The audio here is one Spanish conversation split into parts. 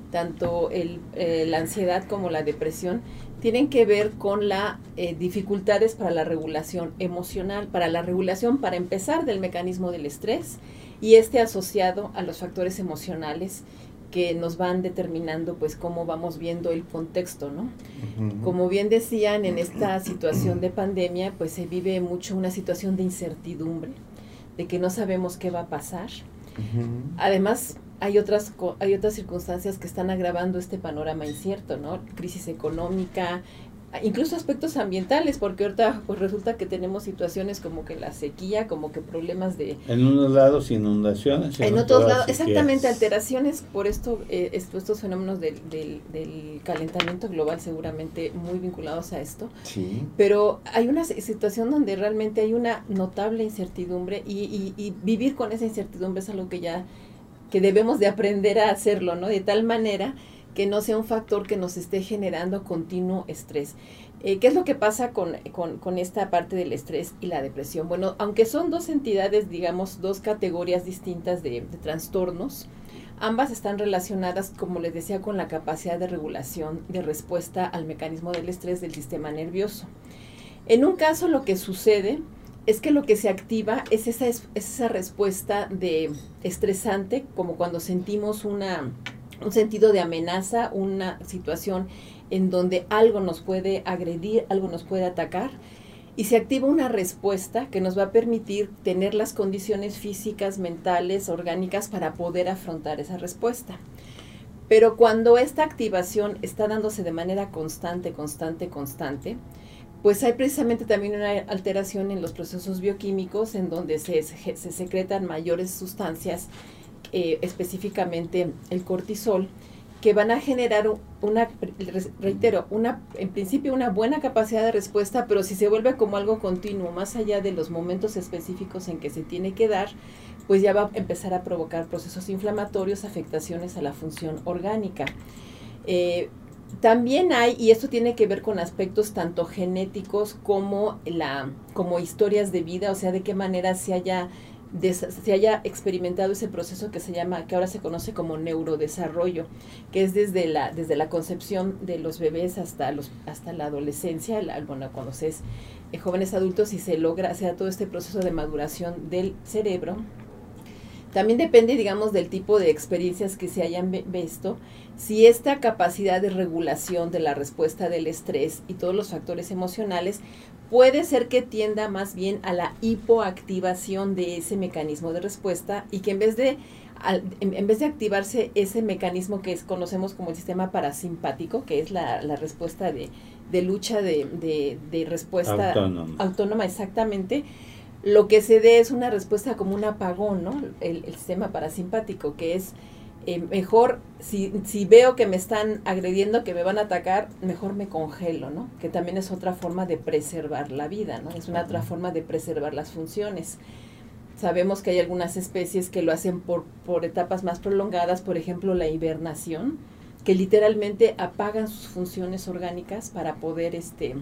tanto la ansiedad como la depresión, tienen que ver con las dificultades para la regulación emocional, para la regulación, para empezar, del mecanismo del estrés, y asociado a los factores emocionales que nos van determinando pues cómo vamos viendo el contexto, ¿no? Como bien decían, en esta situación de pandemia pues se vive mucho una situación de incertidumbre, de que no sabemos qué va a pasar. Además, hay otras circunstancias que están agravando este panorama incierto, ¿no? Crisis económica, incluso aspectos ambientales, porque ahorita pues resulta que tenemos situaciones como que la sequía, como que problemas de... En unos lados inundaciones, en otros lados, exactamente, alteraciones por estos fenómenos del calentamiento global, seguramente muy vinculados a esto. Sí. Pero hay una situación donde realmente hay una notable incertidumbre y vivir con esa incertidumbre es algo que debemos de aprender a hacerlo, ¿no? De tal manera que no sea un factor que nos esté generando continuo estrés. ¿Qué es lo que pasa con esta parte del estrés y la depresión? Bueno, aunque son dos entidades, digamos, dos categorías distintas de trastornos, ambas están relacionadas, como les decía, con la capacidad de regulación, de respuesta al mecanismo del estrés del sistema nervioso. En un caso, lo que sucede es que lo que se activa es esa respuesta de estresante, como cuando sentimos un sentido de amenaza, una situación en donde algo nos puede agredir, algo nos puede atacar, y se activa una respuesta que nos va a permitir tener las condiciones físicas, mentales, orgánicas para poder afrontar esa respuesta. Pero cuando esta activación está dándose de manera constante, pues hay precisamente también una alteración en los procesos bioquímicos en donde se secretan mayores sustancias, específicamente el cortisol, que van a generar en principio una buena capacidad de respuesta, pero si se vuelve como algo continuo, más allá de los momentos específicos en que se tiene que dar, pues ya va a empezar a provocar procesos inflamatorios, afectaciones a la función orgánica. También hay, y esto tiene que ver con aspectos tanto genéticos como historias de vida, o sea, de qué manera se haya experimentado ese proceso que ahora se conoce como neurodesarrollo, que es desde la concepción de los bebés hasta la adolescencia, cuando se es jóvenes adultos y se da todo este proceso de maduración del cerebro. También depende, digamos, del tipo de experiencias que se hayan visto, si esta capacidad de regulación de la respuesta del estrés y todos los factores emocionales puede ser que tienda más bien a la hipoactivación de ese mecanismo de respuesta y que en vez de activarse ese mecanismo que conocemos como el sistema parasimpático, que es la respuesta de lucha de respuesta autónoma, exactamente, lo que se dé es una respuesta como un apagón, ¿no? El sistema parasimpático, que es mejor, si veo que me están agrediendo, que me van a atacar, mejor me congelo, ¿no? Que también es otra forma de preservar la vida, ¿no? Es una otra forma de preservar las funciones. Sabemos que hay algunas especies que lo hacen por etapas más prolongadas, por ejemplo, la hibernación, que literalmente apagan sus funciones orgánicas para poder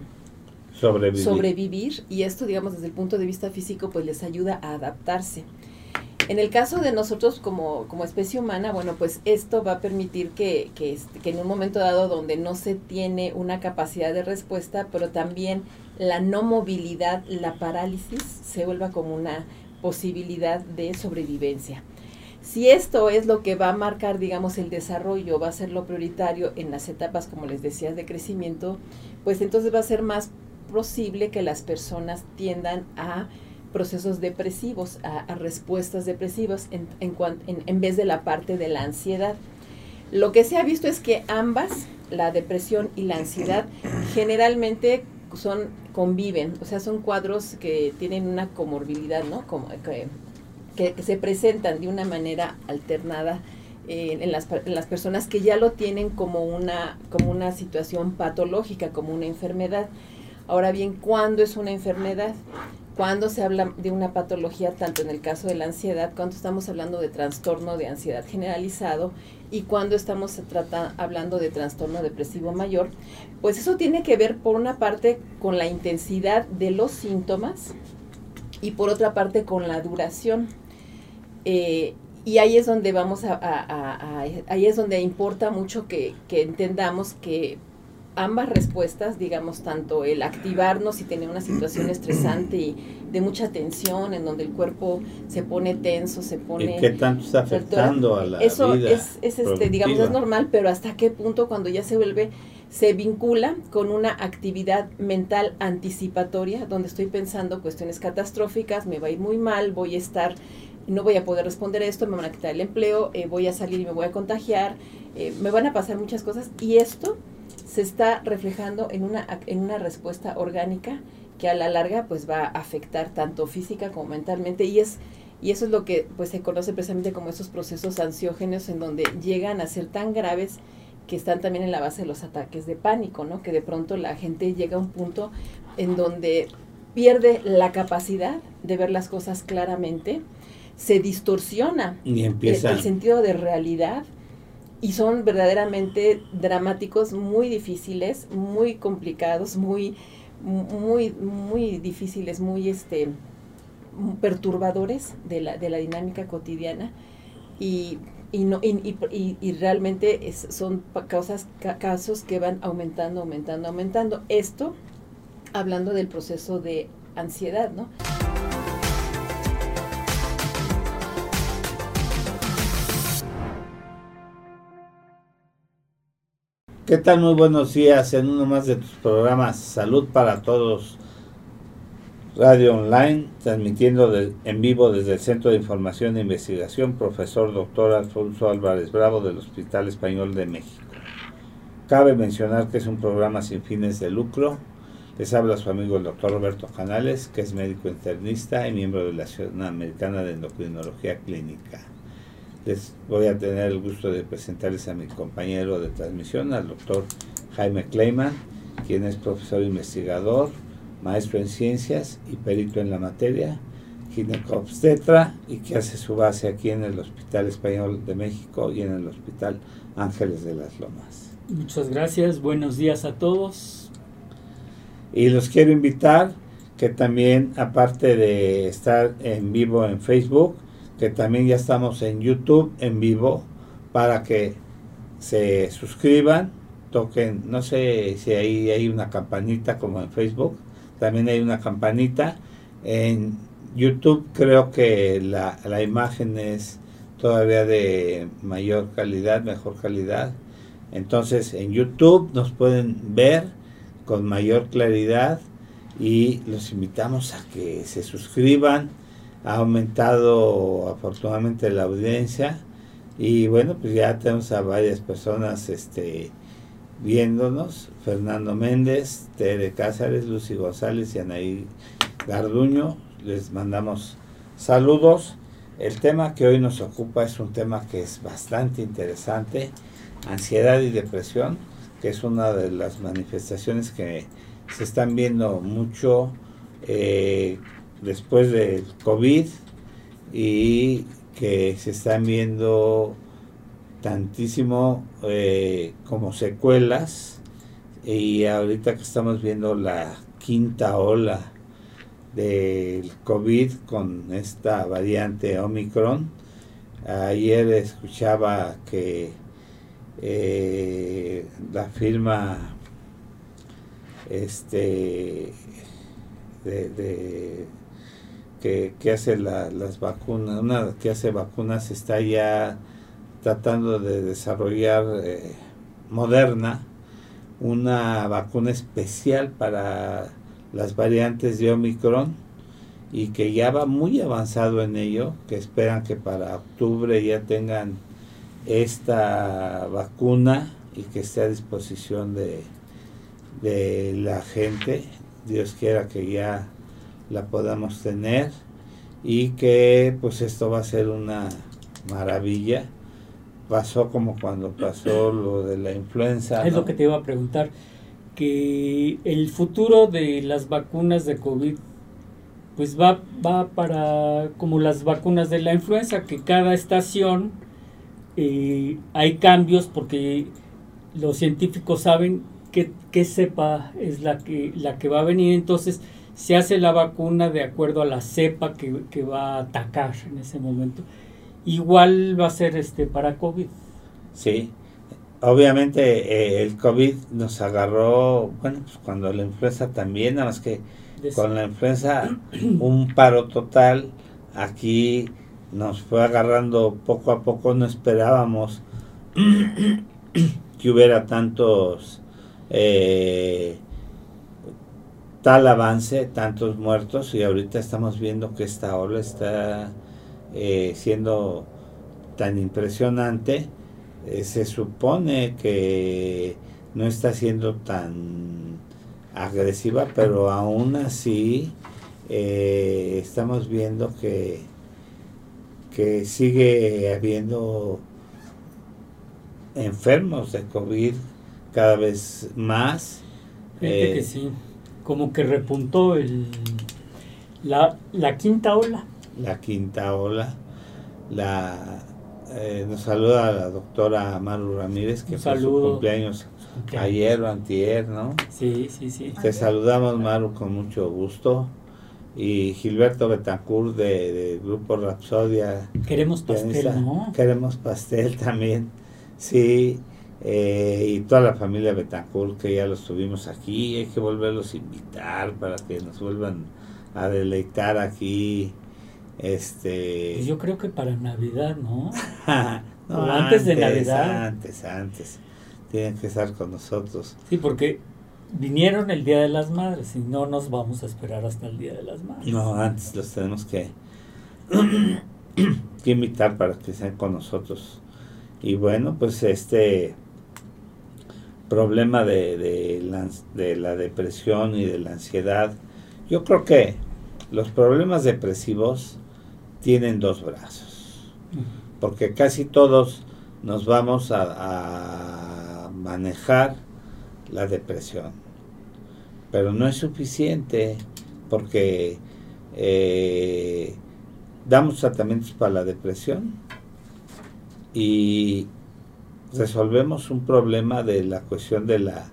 sobrevivir, y esto, digamos, desde el punto de vista físico, pues les ayuda a adaptarse. En el caso de nosotros como especie humana, bueno, pues esto va a permitir que en un momento dado donde no se tiene una capacidad de respuesta, pero también la no movilidad, la parálisis, se vuelva como una posibilidad de sobrevivencia. Si esto es lo que va a marcar, digamos, el desarrollo, va a ser lo prioritario en las etapas, como les decía, de crecimiento, pues entonces va a ser más posible que las personas tiendan a procesos depresivos, a respuestas depresivas en vez de la parte de la ansiedad. Lo que se ha visto es que ambas, la depresión y la ansiedad, generalmente conviven, o sea, son cuadros que tienen una comorbilidad, ¿no? Como que se presentan de una manera alternada en las personas que ya lo tienen como una situación patológica, como una enfermedad. Ahora bien, ¿cuándo es una enfermedad? Cuando se habla de una patología, tanto en el caso de la ansiedad, cuando estamos hablando de trastorno de ansiedad generalizado y cuando estamos hablando de trastorno depresivo mayor, pues eso tiene que ver por una parte con la intensidad de los síntomas y por otra parte con la duración. Y ahí es donde ahí es donde importa mucho que entendamos que ambas respuestas, digamos, tanto el activarnos y tener una situación estresante y de mucha tensión, en donde el cuerpo se pone tenso, se pone... ¿Y qué tanto está afectando a la eso vida digamos, es normal, pero hasta qué punto cuando ya se vincula con una actividad mental anticipatoria, donde estoy pensando cuestiones catastróficas, me va a ir muy mal, no voy a poder responder esto, me van a quitar el empleo, voy a salir y me voy a contagiar, me van a pasar muchas cosas, y esto se está reflejando en una respuesta orgánica que a la larga pues va a afectar tanto física como mentalmente, y eso es lo que pues se conoce precisamente como esos procesos ansiógenos, en donde llegan a ser tan graves que están también en la base de los ataques de pánico, ¿no? Que de pronto la gente llega a un punto en donde pierde la capacidad de ver las cosas claramente, se distorsiona y empieza el sentido de realidad, y son verdaderamente dramáticos, muy difíciles, muy complicados, muy difíciles, muy perturbadores de la dinámica cotidiana, y realmente son casos que van aumentando. Esto hablando del proceso de ansiedad, ¿no? ¿Qué tal? Muy buenos días en uno más de tus programas Salud para Todos, Radio Online, transmitiendo en vivo desde el Centro de Información e Investigación, profesor Dr. Alfonso Álvarez Bravo del Hospital Español de México. Cabe mencionar que es un programa sin fines de lucro. Les habla su amigo el Dr. Roberto Canales, que es médico internista y miembro de la Asociación Americana de Endocrinología Clínica. Les voy a tener el gusto de presentarles a mi compañero de transmisión, al doctor Jaime Kleiman, quien es profesor investigador, maestro en ciencias y perito en la materia, ginecobstetra, y que hace su base aquí en el Hospital Español de México y en el Hospital Ángeles de las Lomas. Muchas gracias, buenos días a todos. Y los quiero invitar que también, aparte de estar en vivo en Facebook, que también ya estamos en YouTube en vivo, para que se suscriban, toquen, no sé si ahí hay una campanita como en Facebook, también hay una campanita. En YouTube creo que la imagen es todavía de mayor calidad, mejor calidad. Entonces en YouTube nos pueden ver con mayor claridad, y los invitamos a que se suscriban. Ha aumentado afortunadamente la audiencia, y bueno, pues ya tenemos a varias personas viéndonos: Fernando Méndez, Tere Cázares, Lucy González y Anaí Garduño. Les mandamos saludos. El tema que hoy nos ocupa es un tema que es bastante interesante: ansiedad y depresión, que es una de las manifestaciones que se están viendo mucho después del COVID, y que se están viendo tantísimo como secuelas, y ahorita que estamos viendo la quinta ola del COVID con esta variante Omicron. Ayer escuchaba que la firma que hace las vacunas, una que hace vacunas, está ya tratando de desarrollar Moderna, una vacuna especial para las variantes de Omicron, y que ya va muy avanzado en ello, que esperan que para octubre ya tengan esta vacuna y que esté a disposición de la gente. Dios quiera que ya la podamos tener, y que pues esto va a ser una maravilla. Pasó como cuando pasó lo de la influenza, Es ¿no? lo que te iba a preguntar, que el futuro de las vacunas de COVID pues va para como las vacunas de la influenza, que cada estación hay cambios, porque los científicos saben qué cepa es la que va a venir. Entonces se hace la vacuna de acuerdo a la cepa que va a atacar en ese momento. igual va a ser para COVID. Sí, obviamente el COVID nos agarró, bueno, pues cuando la influenza también, nada más que con la influenza un paro total. Aquí nos fue agarrando poco a poco, no esperábamos que hubiera tantos tal avance, tantos muertos, y ahorita estamos viendo que esta ola está siendo tan impresionante. Se supone que no está siendo tan agresiva, pero aún así estamos viendo que sigue habiendo enfermos de COVID cada vez más. Fíjate que sí, como que repuntó la quinta ola. La quinta ola. Nos saluda la doctora Maru Ramírez, que fue su cumpleaños ayer o antier, ¿no? Sí. Te saludamos, Maru, con mucho gusto. Y Gilberto Betancourt de Grupo Rapsodia. Queremos pastel, ¿no? Queremos pastel también, sí. Y toda la familia Betancourt, que ya los tuvimos aquí, hay que volverlos a invitar para que nos vuelvan a deleitar aquí. Pues yo creo que para Navidad, ¿no? No, o antes de Navidad. Antes. Tienen que estar con nosotros. Sí, porque vinieron el Día de las Madres y no nos vamos a esperar hasta el Día de las Madres. No, antes los tenemos que invitar para que estén con nosotros. Y bueno, pues problema de la depresión y de la ansiedad, yo creo que los problemas depresivos tienen dos brazos, porque casi todos nos vamos a manejar la depresión, pero no es suficiente, porque damos tratamientos para la depresión y resolvemos un problema de la cuestión de la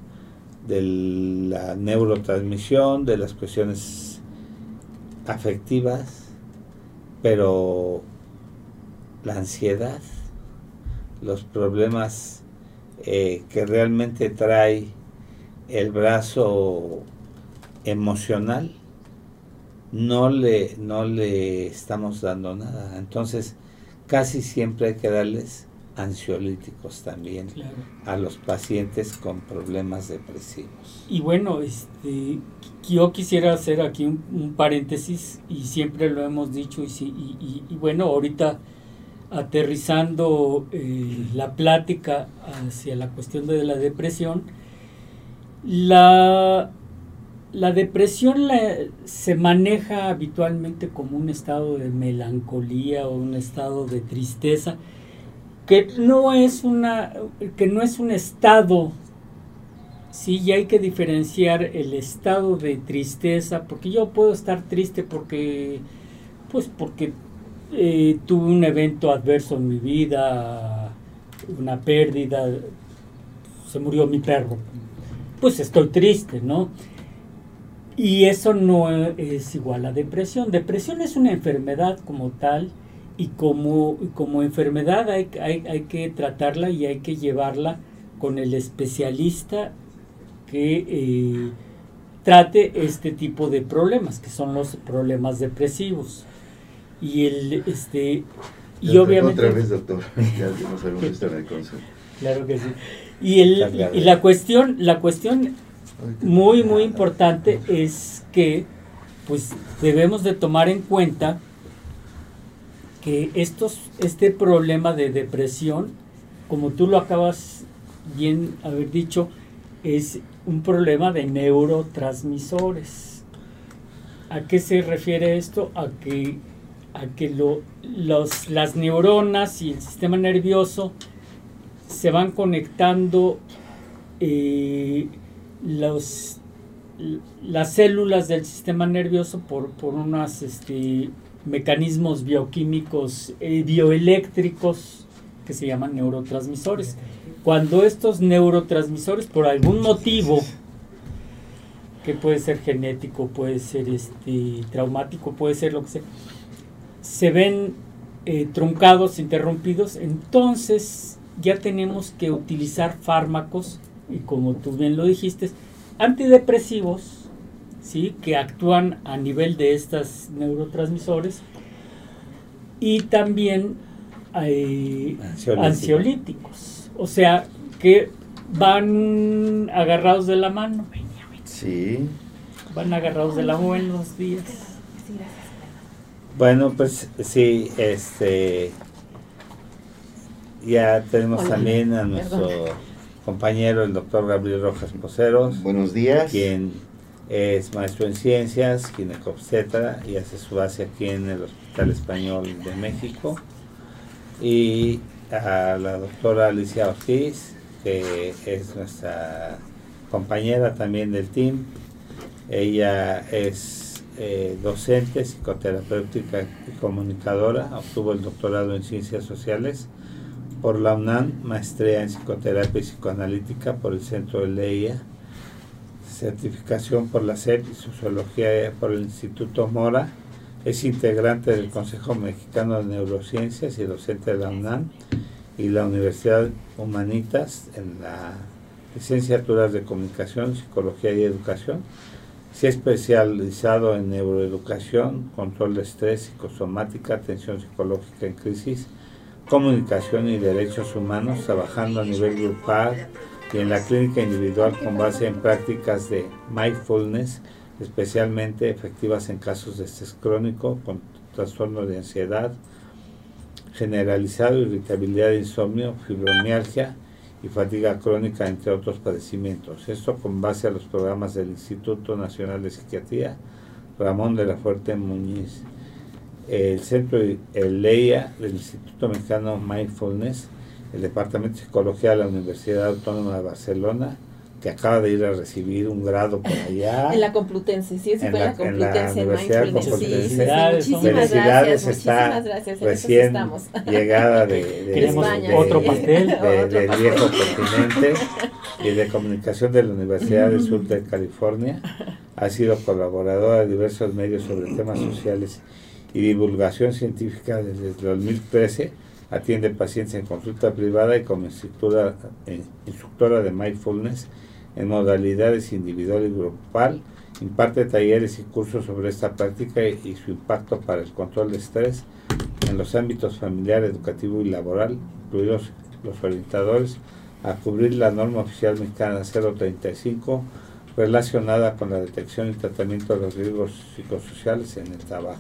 neurotransmisión, de las cuestiones afectivas, pero la ansiedad, los problemas que realmente trae el brazo emocional, no le estamos dando nada. Entonces casi siempre hay que darles ansiolíticos también, claro, a los pacientes con problemas depresivos. Y bueno, yo quisiera hacer aquí un paréntesis, y siempre lo hemos dicho, y bueno, ahorita aterrizando la plática hacia la cuestión de la depresión, la depresión se maneja habitualmente como un estado de melancolía o un estado de tristeza, que no es un estado. Sí, y hay que diferenciar el estado de tristeza, porque yo puedo estar triste porque tuve un evento adverso en mi vida, una pérdida, se murió mi perro, pues estoy triste, ¿no? Y eso no es igual a depresión. Depresión es una enfermedad como tal, y como enfermedad hay que tratarla y hay que llevarla con el especialista que trate este tipo de problemas, que son los problemas depresivos. Y obviamente, otra vez, doctor, ya nos habíamos visto en el consejo. Claro que sí. Y la cuestión muy muy importante es que pues debemos de tomar en cuenta que este problema de depresión, como tú lo acabas bien haber dicho, es un problema de neurotransmisores. ¿A qué se refiere esto? A que las neuronas y el sistema nervioso se van conectando, las células del sistema nervioso por unos mecanismos bioquímicos, bioeléctricos, que se llaman neurotransmisores. Cuando estos neurotransmisores, por algún motivo, que puede ser genético, puede ser traumático, puede ser lo que sea, se ven truncados, interrumpidos, entonces ya tenemos que utilizar fármacos, y como tú bien lo dijiste, antidepresivos, ¿sí?, que actúan a nivel de estos neurotransmisores, y también ansiolíticos, o sea, que van agarrados de la mano. Sí. Van agarrados de la mano. Buenos días. Bueno, pues sí, ya tenemos también a nuestro compañero, el doctor Gabriel Rojas Poceros. Buenos días. Quien es maestro en ciencias, ginecobstetra, y hace su base aquí en el Hospital Español de México. Y a la doctora Alicia Ortiz, que es nuestra compañera también del team. Ella es docente, psicoterapéutica y comunicadora. Obtuvo el doctorado en Ciencias Sociales por la UNAM, maestría en Psicoterapia y Psicoanalítica por el Centro de Leia, certificación por la SEP y Sociología por el Instituto Mora. Es integrante del Consejo Mexicano de Neurociencias y docente de la UNAM y la Universidad Humanitas en la licenciaturas de Comunicación, Psicología y Educación. Se ha especializado en neuroeducación, control de estrés, psicosomática, atención psicológica en crisis, comunicación y derechos humanos, trabajando a nivel grupal y en la clínica individual con base en prácticas de mindfulness, especialmente efectivas en casos de estrés crónico, con trastorno de ansiedad generalizado, irritabilidad, insomnio, fibromialgia y fatiga crónica, entre otros padecimientos. Esto con base a los programas del Instituto Nacional de Psiquiatría Ramón de la Fuerte Muñiz, el Centro el Leia del Instituto Mexicano Mindfulness, el Departamento de Psicología de la Universidad Autónoma de Barcelona, que acaba de ir a recibir un grado por allá. En la Complutense, sí, fue en la Complutense, en Universidad Mindfulness. Sí, Felicidades, muchísimas gracias, recién llegada de España, otro pastel del viejo continente y de comunicación de la Universidad del Sur de California. Ha sido colaboradora de diversos medios sobre temas sociales y divulgación científica desde el 2013. Atiende pacientes en consulta privada y como instructora de mindfulness en modalidades individual y grupal. Imparte talleres y cursos sobre esta práctica y su impacto para el control de estrés en los ámbitos familiar, educativo y laboral, incluidos los orientadores a cubrir la norma oficial mexicana 035 relacionada con la detección y tratamiento de los riesgos psicosociales en el trabajo.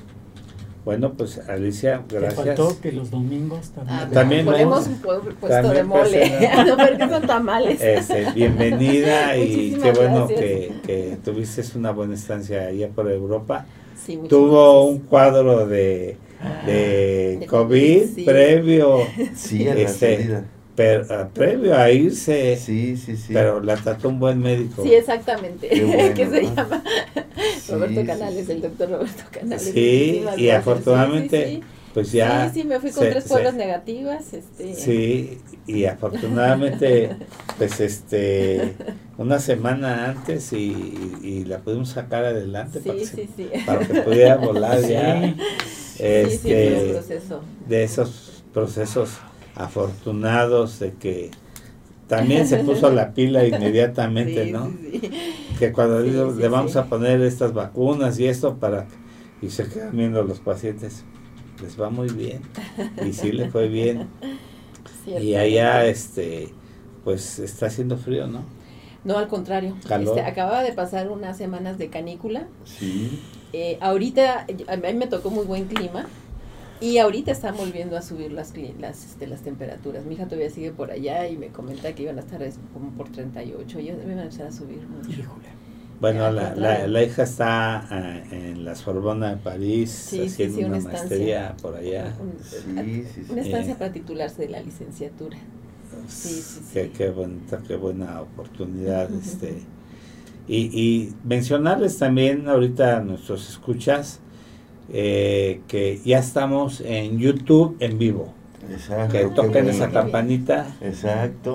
Bueno, pues Alicia, gracias. Te faltó que los domingos también. También ponemos un puesto de mole, no, pero que son tamales. Bienvenida y qué bueno gracias. que tuviste una buena estancia allá por Europa. Sí, tuvo un cuadro de COVID sí. previo, Sí, a la salida. previo a irse, Sí. pero la trató un buen médico. Sí, exactamente, bueno, que se ¿no? llama Sí, Roberto Canales, el doctor Roberto Canales. Sí, y gracias. afortunadamente, sí. pues ya. Sí, me fui con 3 pruebas negativas. Sí, y afortunadamente, pues una semana antes y la pudimos sacar adelante para que pudiera volar ya. Fue un proceso. De esos procesos afortunados de que también se puso la pila inmediatamente, sí, ¿no? Sí. Que cuando le vamos a poner estas vacunas y esto y se quedan viendo los pacientes, les va muy bien, y sí le fue bien. Y allá pues está haciendo frío, ¿no? No, al contrario. Calor. Acababa de pasar unas semanas de canícula. Sí. Ahorita a mí me tocó muy buen clima. Y ahorita están volviendo a subir las temperaturas. Mi hija todavía sigue por allá y me comenta que iban a estar como por 38. Ellos me van a empezar a subir mucho. Híjole. Bueno, la hija está en la Sorbona de París haciendo una maestría por allá. Una estancia para titularse de la licenciatura. Sí. Qué buena oportunidad. Y mencionarles también ahorita a nuestros escuchas que ya estamos en YouTube en vivo. Exacto. Que toquen esa campanita. Exacto.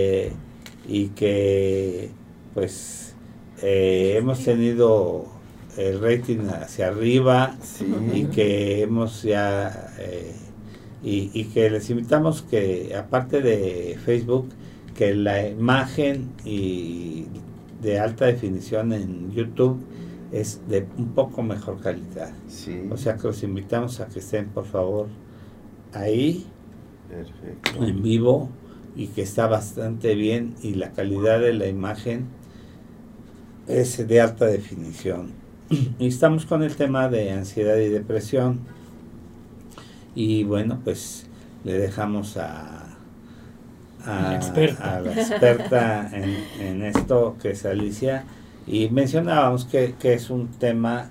Y que pues hemos tenido el rating hacia arriba, Sí. y que hemos ya y que les invitamos que, aparte de Facebook, que la imagen y de alta definición en YouTube es de un poco mejor calidad. Sí. O sea que los invitamos a que estén, por favor, ahí Perfecto. en vivo, y que está bastante bien, y la calidad de la imagen es de alta definición. Y estamos con el tema de ansiedad y depresión, y bueno, pues le dejamos a La experta. la experta en esto, que es Alicia, y mencionábamos que es un tema,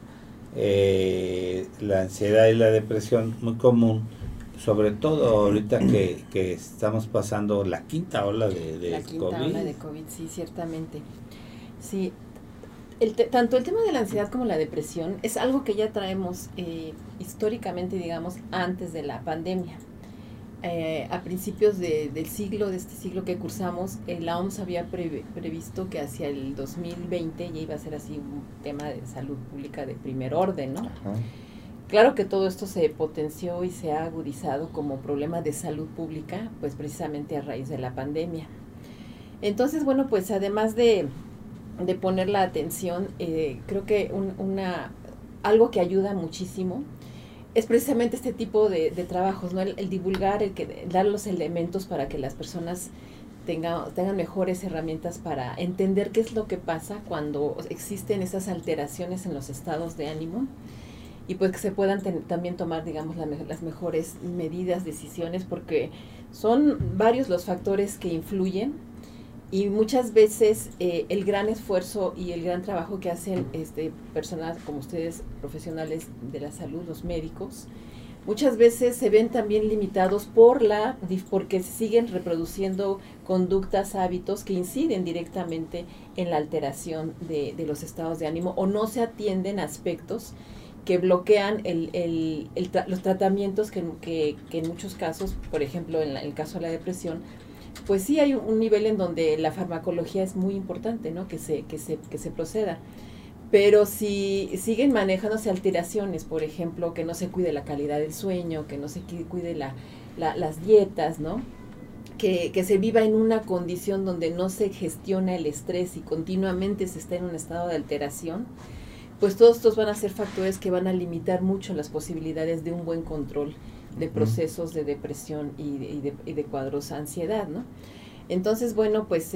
la ansiedad y la depresión, muy común, sobre todo ahorita que estamos pasando la quinta ola de La quinta COVID. ola de COVID, sí, ciertamente. Sí, tanto el tema de la ansiedad como la depresión es algo que ya traemos históricamente, digamos, antes de la pandemia. A principios de este siglo que cursamos, la OMS había previsto que hacia el 2020 ya iba a ser así un tema de salud pública de primer orden, ¿no? Ajá. Claro que todo esto se potenció y se ha agudizado como problema de salud pública, pues precisamente a raíz de la pandemia. Entonces, bueno, pues además de poner la atención, creo que algo que ayuda muchísimo es precisamente este tipo de trabajos, ¿no? El divulgar, dar los elementos para que las personas tengan mejores herramientas para entender qué es lo que pasa cuando existen esas alteraciones en los estados de ánimo, y pues que se puedan también tomar, digamos, las mejores medidas, decisiones, porque son varios los factores que influyen, y muchas veces el gran esfuerzo y el gran trabajo que hacen personas como ustedes, profesionales de la salud, los médicos, muchas veces se ven también limitados porque se siguen reproduciendo conductas, hábitos que inciden directamente en la alteración de los estados de ánimo, o no se atienden aspectos que bloquean los tratamientos que en muchos casos, por ejemplo en el caso de la depresión, pues sí hay un nivel en donde la farmacología es muy importante, ¿no? Que se proceda. Pero si siguen manejándose alteraciones, por ejemplo, que no se cuide la calidad del sueño, que no se cuide las dietas, ¿no? Que se viva en una condición donde no se gestiona el estrés y continuamente se está en un estado de alteración, pues todos estos van a ser factores que van a limitar mucho las posibilidades de un buen control de procesos de depresión y de cuadros de ansiedad, ¿no? Entonces, bueno, pues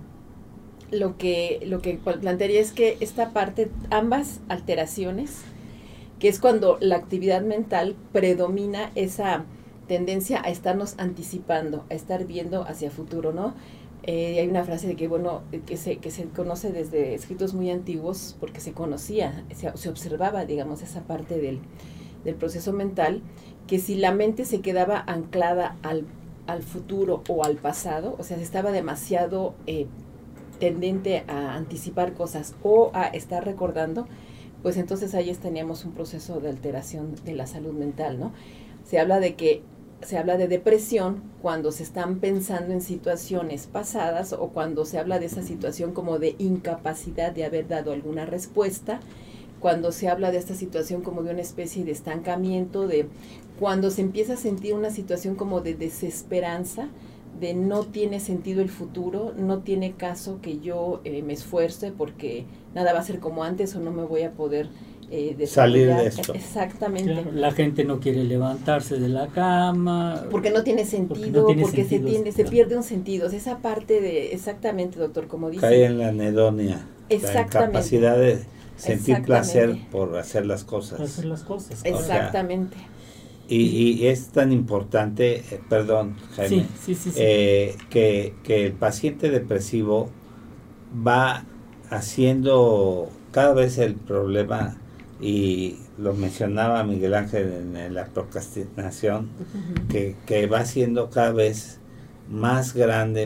lo que plantearía es que esta parte, ambas alteraciones, que es cuando la actividad mental predomina esa tendencia a estarnos anticipando, a estar viendo hacia futuro, ¿no? Hay una frase de que, bueno, que se conoce desde escritos muy antiguos, porque se conocía, se observaba, digamos, esa parte del proceso mental, que si la mente se quedaba anclada al futuro o al pasado, o sea, estaba demasiado tendente a anticipar cosas o a estar recordando, pues entonces ahí teníamos un proceso de alteración de la salud mental, ¿no? Se habla de depresión cuando se están pensando en situaciones pasadas, o cuando se habla de esa situación como de incapacidad de haber dado alguna respuesta, cuando se habla de esta situación como de una especie de estancamiento, de cuando se empieza a sentir una situación como de desesperanza, de no tiene sentido el futuro, no tiene caso que yo me esfuerce porque nada va a ser como antes, o no me voy a poder salir de esto. Exactamente. Claro, la gente no quiere levantarse de la cama. Porque no tiene sentido, se pierde un sentido. O sea, esa parte de, exactamente, doctor, como dice. Cae en la anedonia, la incapacidad de sentir placer por hacer las cosas. Exactamente. O sea, y es tan importante, perdón, Jaime, sí. Que el paciente depresivo va haciendo cada vez el problema, y lo mencionaba Miguel Ángel en la procrastinación, que va siendo cada vez más grande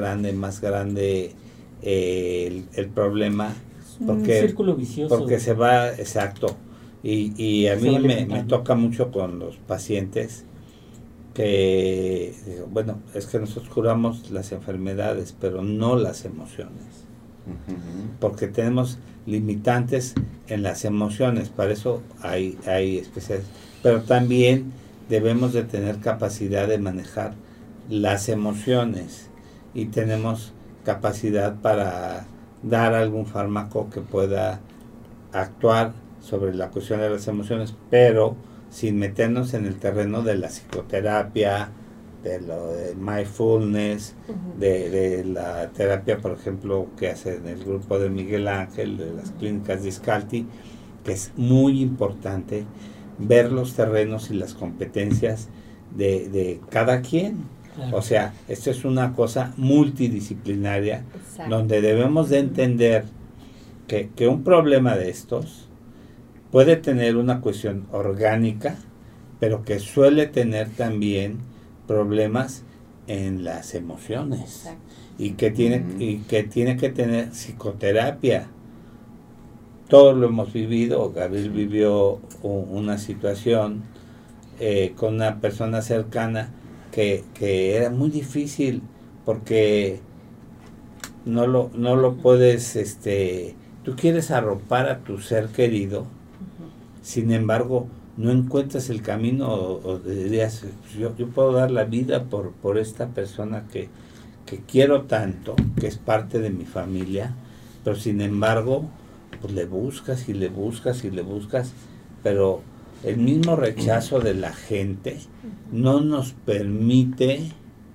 el problema, porque, un círculo vicioso, porque se va, exacto, y a mí me toca mucho con los pacientes que, bueno, es que nosotros curamos las enfermedades, pero no las emociones. porque tenemos limitantes en las emociones, para eso hay especiales, pero también debemos de tener capacidad de manejar las emociones y tenemos capacidad para dar algún fármaco que pueda actuar sobre la cuestión de las emociones, pero sin meternos en el terreno de la psicoterapia, de lo de mindfulness, de la terapia, por ejemplo, que hace en el grupo de Miguel Ángel, de las clínicas Discalti, que es muy importante ver los terrenos y las competencias de cada quien. Claro. O sea, esto es una cosa multidisciplinaria. Exacto. Donde debemos de entender que un problema de estos puede tener una cuestión orgánica, pero que suele tener también problemas en las emociones. Exacto. y que tiene que tener psicoterapia. Todos lo hemos vivido. Gabriel vivió una situación con una persona cercana que era muy difícil porque no lo puedes, tú quieres arropar a tu ser querido, sin embargo no encuentras el camino o dirías, yo puedo dar la vida por esta persona que quiero tanto, que es parte de mi familia, pero sin embargo pues le buscas y le buscas y le buscas, pero el mismo rechazo de la gente no nos permite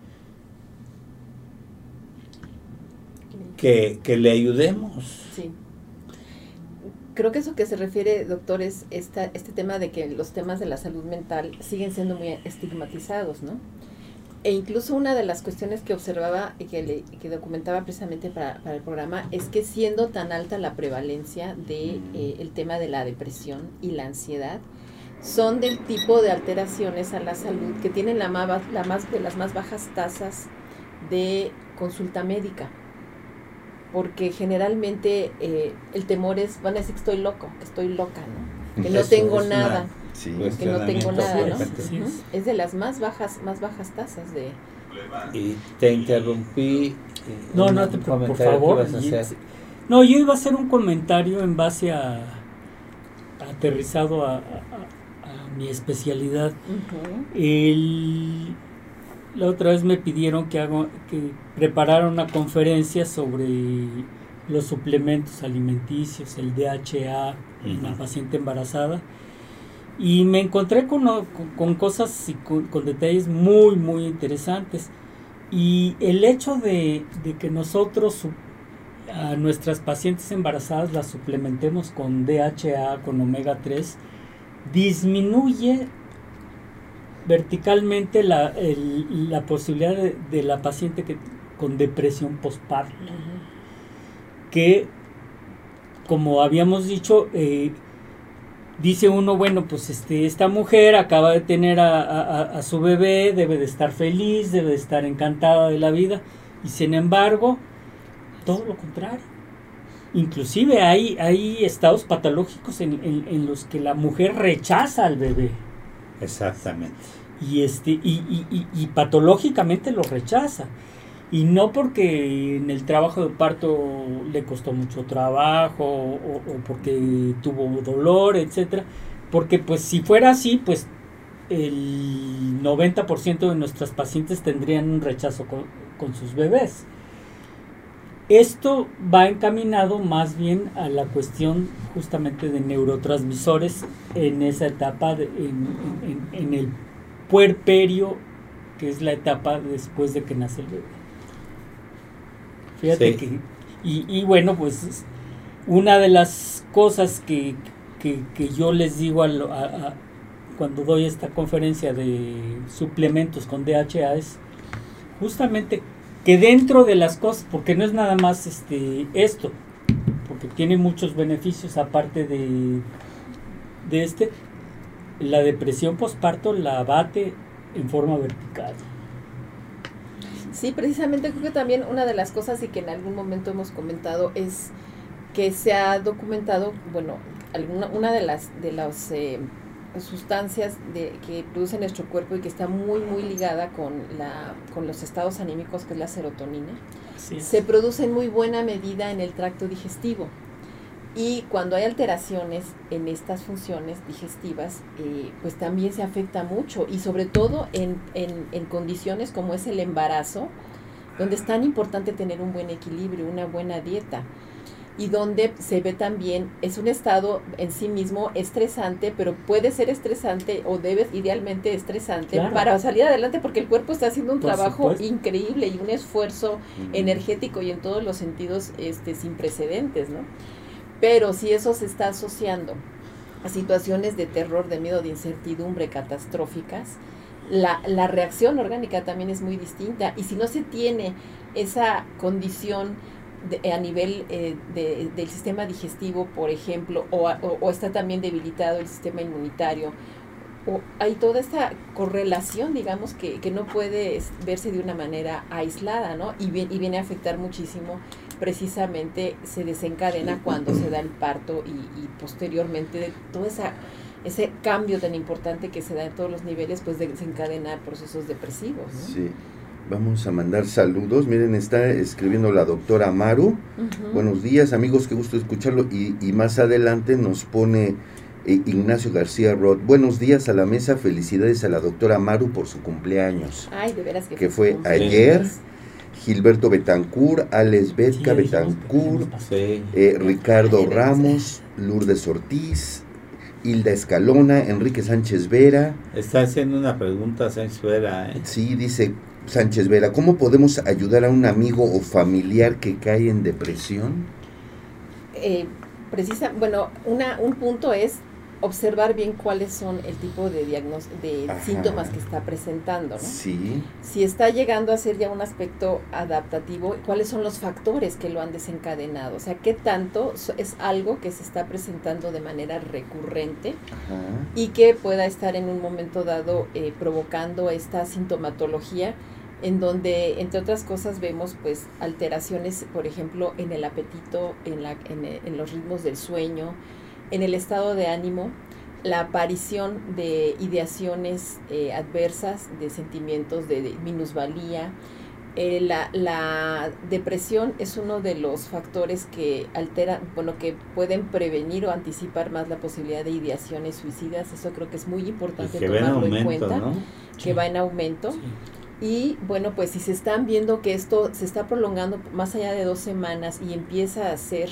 que le ayudemos. Sí. Creo que eso que se refiere, doctor, es este tema de que los temas de la salud mental siguen siendo muy estigmatizados, ¿no? E incluso una de las cuestiones que observaba y que documentaba precisamente para el programa es que siendo tan alta la prevalencia de el tema de la depresión y la ansiedad, son del tipo de alteraciones a la salud que tienen de las más bajas tasas de consulta médica. Porque generalmente el temor es, van a decir que estoy loco, que estoy loca, ¿no? Que no tengo nada. Sí. Que no tengo nada, ¿no? Sí. Es de las más bajas tasas de... Y te interrumpí. No te preocupes, por favor. No, yo iba a hacer un comentario en base aterrizado a mi especialidad. La otra vez me pidieron que preparara una conferencia sobre los suplementos alimenticios, el DHA en la paciente embarazada. Y me encontré con cosas y con detalles muy, muy interesantes. Y el hecho de que nosotros a nuestras pacientes embarazadas las suplementemos con DHA, con omega 3, disminuye verticalmente la posibilidad de la paciente con depresión postparto. Que, como habíamos dicho, dice uno, bueno, pues esta mujer acaba de tener a su bebé, debe de estar feliz, debe de estar encantada de la vida, y sin embargo, todo lo contrario. Inclusive hay estados patológicos en los que la mujer rechaza al bebé. Exactamente. Y patológicamente lo rechaza. Y no porque en el trabajo de parto le costó mucho trabajo o porque tuvo dolor, etcétera, porque pues si fuera así, pues el 90% de nuestras pacientes tendrían un rechazo con sus bebés. Esto va encaminado más bien a la cuestión justamente de neurotransmisores en esa etapa, en el puerperio, que es la etapa después de que nace el bebé. Fíjate que, y bueno, pues una de las cosas que yo les digo cuando doy esta conferencia de suplementos con DHA es justamente que dentro de las cosas, porque no es nada más esto, porque tiene muchos beneficios aparte de la depresión postparto la abate en forma vertical. Sí, precisamente creo que también una de las cosas y que en algún momento hemos comentado es que se ha documentado, bueno, una de los sustancias que produce nuestro cuerpo y que está muy, muy ligada con los estados anímicos, que es la serotonina. Se produce en muy buena medida en el tracto digestivo. Y cuando hay alteraciones en estas funciones digestivas, pues también se afecta mucho, y sobre todo en condiciones como es el embarazo, donde es tan importante tener un buen equilibrio, una buena dieta, y donde se ve también, es un estado en sí mismo estresante, pero puede ser estresante o idealmente estresante, claro, para salir adelante, porque el cuerpo está haciendo un trabajo increíble y un esfuerzo energético y en todos los sentidos sin precedentes, ¿no? Pero si eso se está asociando a situaciones de terror, de miedo, de incertidumbre catastróficas, la reacción orgánica también es muy distinta, y si no se tiene esa condición a nivel del sistema digestivo, por ejemplo, o está también debilitado el sistema inmunitario, o hay toda esta correlación, digamos, que no puede verse de una manera aislada, ¿no? Y viene a afectar muchísimo, precisamente se desencadena cuando se da el parto y posteriormente todo ese cambio tan importante que se da en todos los niveles, pues desencadena procesos depresivos, ¿no? Sí. Vamos a mandar saludos. Miren, está escribiendo la doctora Maru. Buenos días, amigos, qué gusto escucharlo. Y más adelante nos pone Ignacio García Roth. Buenos días a la mesa, felicidades a la doctora Maru por su cumpleaños. Ay, de veras que fue ayer. Gilberto Betancourt, Alex Betka Betancourt, Ricardo Ramos, Lourdes Ortiz, Hilda Escalona, Enrique Sánchez Vera. Está haciendo una pregunta Sánchez Vera, ¿eh? Sí, dice Sánchez Vera, ¿cómo podemos ayudar a un amigo o familiar que cae en depresión? Un punto es observar bien cuáles son el tipo de síntomas que está presentando, ¿no? Sí. Si está llegando a ser ya un aspecto adaptativo, cuáles son los factores que lo han desencadenado, o sea, qué tanto es algo que se está presentando de manera recurrente y que pueda estar en un momento dado provocando esta sintomatología, en donde, entre otras cosas, vemos pues alteraciones, por ejemplo, en el apetito, en los ritmos del sueño, en el estado de ánimo, la aparición de ideaciones adversas, de sentimientos de minusvalía. La depresión es uno de los factores que que pueden prevenir o anticipar más la posibilidad de ideaciones suicidas. Eso creo que es muy importante tomarlo en cuenta, ¿no? Que va en aumento. Sí. Y bueno, pues si se están viendo que esto se está prolongando más allá de 2 semanas y empieza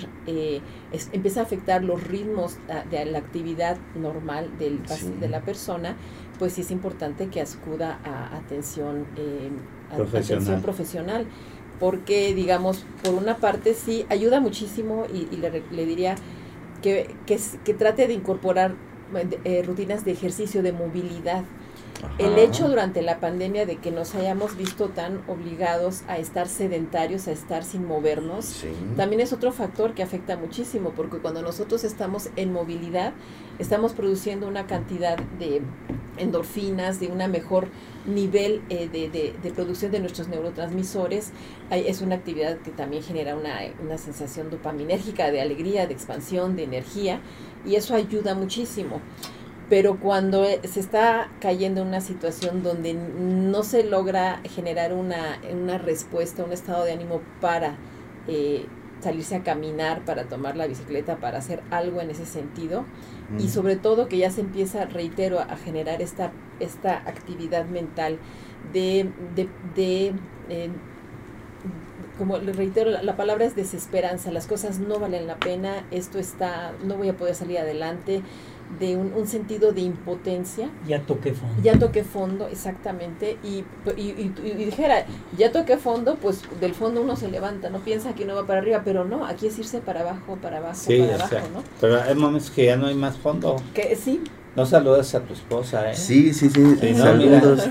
a afectar los ritmos de la actividad normal de la persona, pues sí es importante que acuda a atención profesional, porque digamos, por una parte sí ayuda muchísimo y le diría que trate de incorporar rutinas de ejercicio, de movilidad. El hecho durante la pandemia de que nos hayamos visto tan obligados a estar sedentarios, a estar sin movernos, también es otro factor que afecta muchísimo, porque cuando nosotros estamos en movilidad, estamos produciendo una cantidad de endorfinas, de una mejor nivel de producción de nuestros neurotransmisores. Es una actividad que también genera una sensación dopaminérgica, de alegría, de expansión, de energía, y eso ayuda muchísimo. Pero cuando se está cayendo en una situación donde no se logra generar una respuesta, un estado de ánimo para salirse a caminar, para tomar la bicicleta, para hacer algo en ese sentido, y sobre todo que ya se empieza, reitero, a generar esta actividad mental como le reitero, la palabra es desesperanza, las cosas no valen la pena, no voy a poder salir adelante, de un sentido de impotencia. Ya toqué fondo, exactamente, y dijera, ya toqué fondo, pues del fondo uno se levanta, no piensa que no va para arriba, pero no, aquí es irse para abajo, sí, para abajo, ¿no? Pero hay momentos que ya no hay más fondo. Que sí. No saludas a tu esposa, ¿eh? Sí, saludos.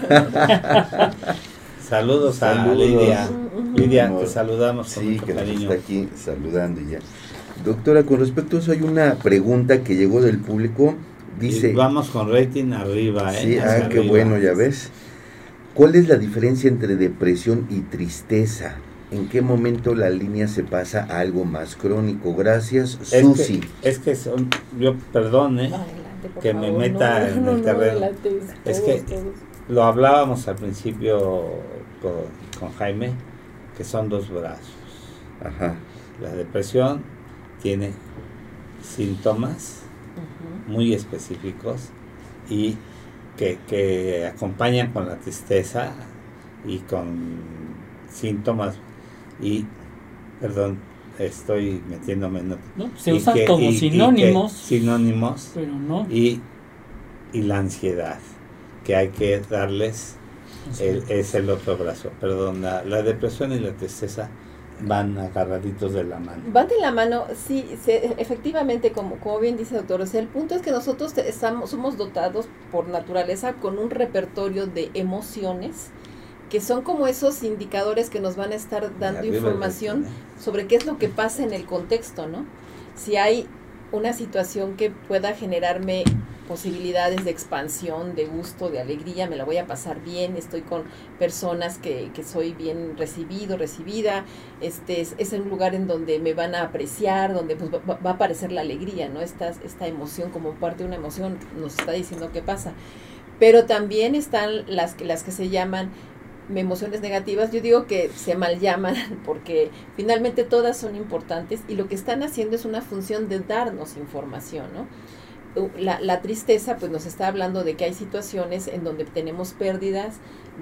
Saludos a Lidia. Lidia, te saludamos con mucho cariño. Sí, que está aquí saludando ya. Doctora, con respecto a eso hay una pregunta que llegó del público, dice... Y vamos con rating arriba, Sí, qué bueno, ya ves. ¿Cuál es la diferencia entre depresión y tristeza? ¿En qué momento la línea se pasa a algo más crónico? Gracias, Es Susi. que yo, perdone Adelante, por que favor. me meta en el terreno. Adelante, Es todos, que lo hablábamos al principio con Jaime, que son dos brazos. Ajá. La depresión tiene síntomas muy específicos y que acompañan con la tristeza y con síntomas y, perdón, estoy metiéndome en otro. ¿No? Se usan como sinónimos. Sinónimos. Pero no. Y la ansiedad, que hay que darles, es el otro brazo. Perdón, la depresión y la tristeza van agarraditos de la mano. Van de la mano, sí, efectivamente, como bien dice el doctor, o sea, el punto es que nosotros somos dotados por naturaleza con un repertorio de emociones que son como esos indicadores que nos van a estar dando información sobre qué es lo que pasa en el contexto, ¿no? Si hay una situación que pueda generarme posibilidades de expansión, de gusto, de alegría, me la voy a pasar bien, estoy con personas que soy bien recibida, es un lugar en donde me van a apreciar, donde pues va a aparecer la alegría, ¿no? Esta emoción como parte de una emoción nos está diciendo qué pasa. Pero también están las que se llaman emociones negativas. Yo digo que se mal llaman porque finalmente todas son importantes y lo que están haciendo es una función de darnos información, ¿no? La tristeza pues nos está hablando de que hay situaciones en donde tenemos pérdidas,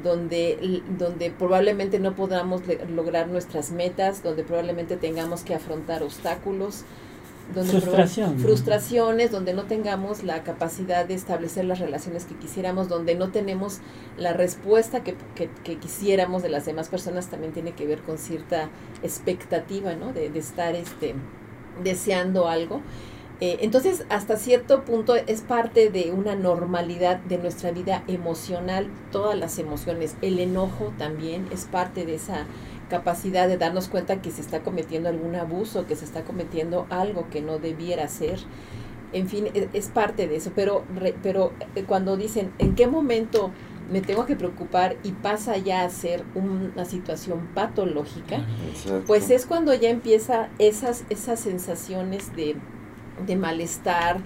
donde probablemente no podamos lograr nuestras metas, donde probablemente tengamos que afrontar obstáculos, donde frustraciones, donde no tengamos la capacidad de establecer las relaciones que quisiéramos, donde no tenemos la respuesta que quisiéramos de las demás personas. También tiene que ver con cierta expectativa, ¿no? De estar deseando algo. Entonces, hasta cierto punto es parte de una normalidad de nuestra vida emocional, todas las emociones. El enojo también es parte de esa capacidad de darnos cuenta que se está cometiendo algún abuso, que se está cometiendo algo que no debiera ser. En fin, es parte de eso. Pero cuando dicen, ¿en qué momento me tengo que preocupar y pasa ya a ser una situación patológica? Exacto. Pues es cuando ya empieza esas sensaciones de malestar,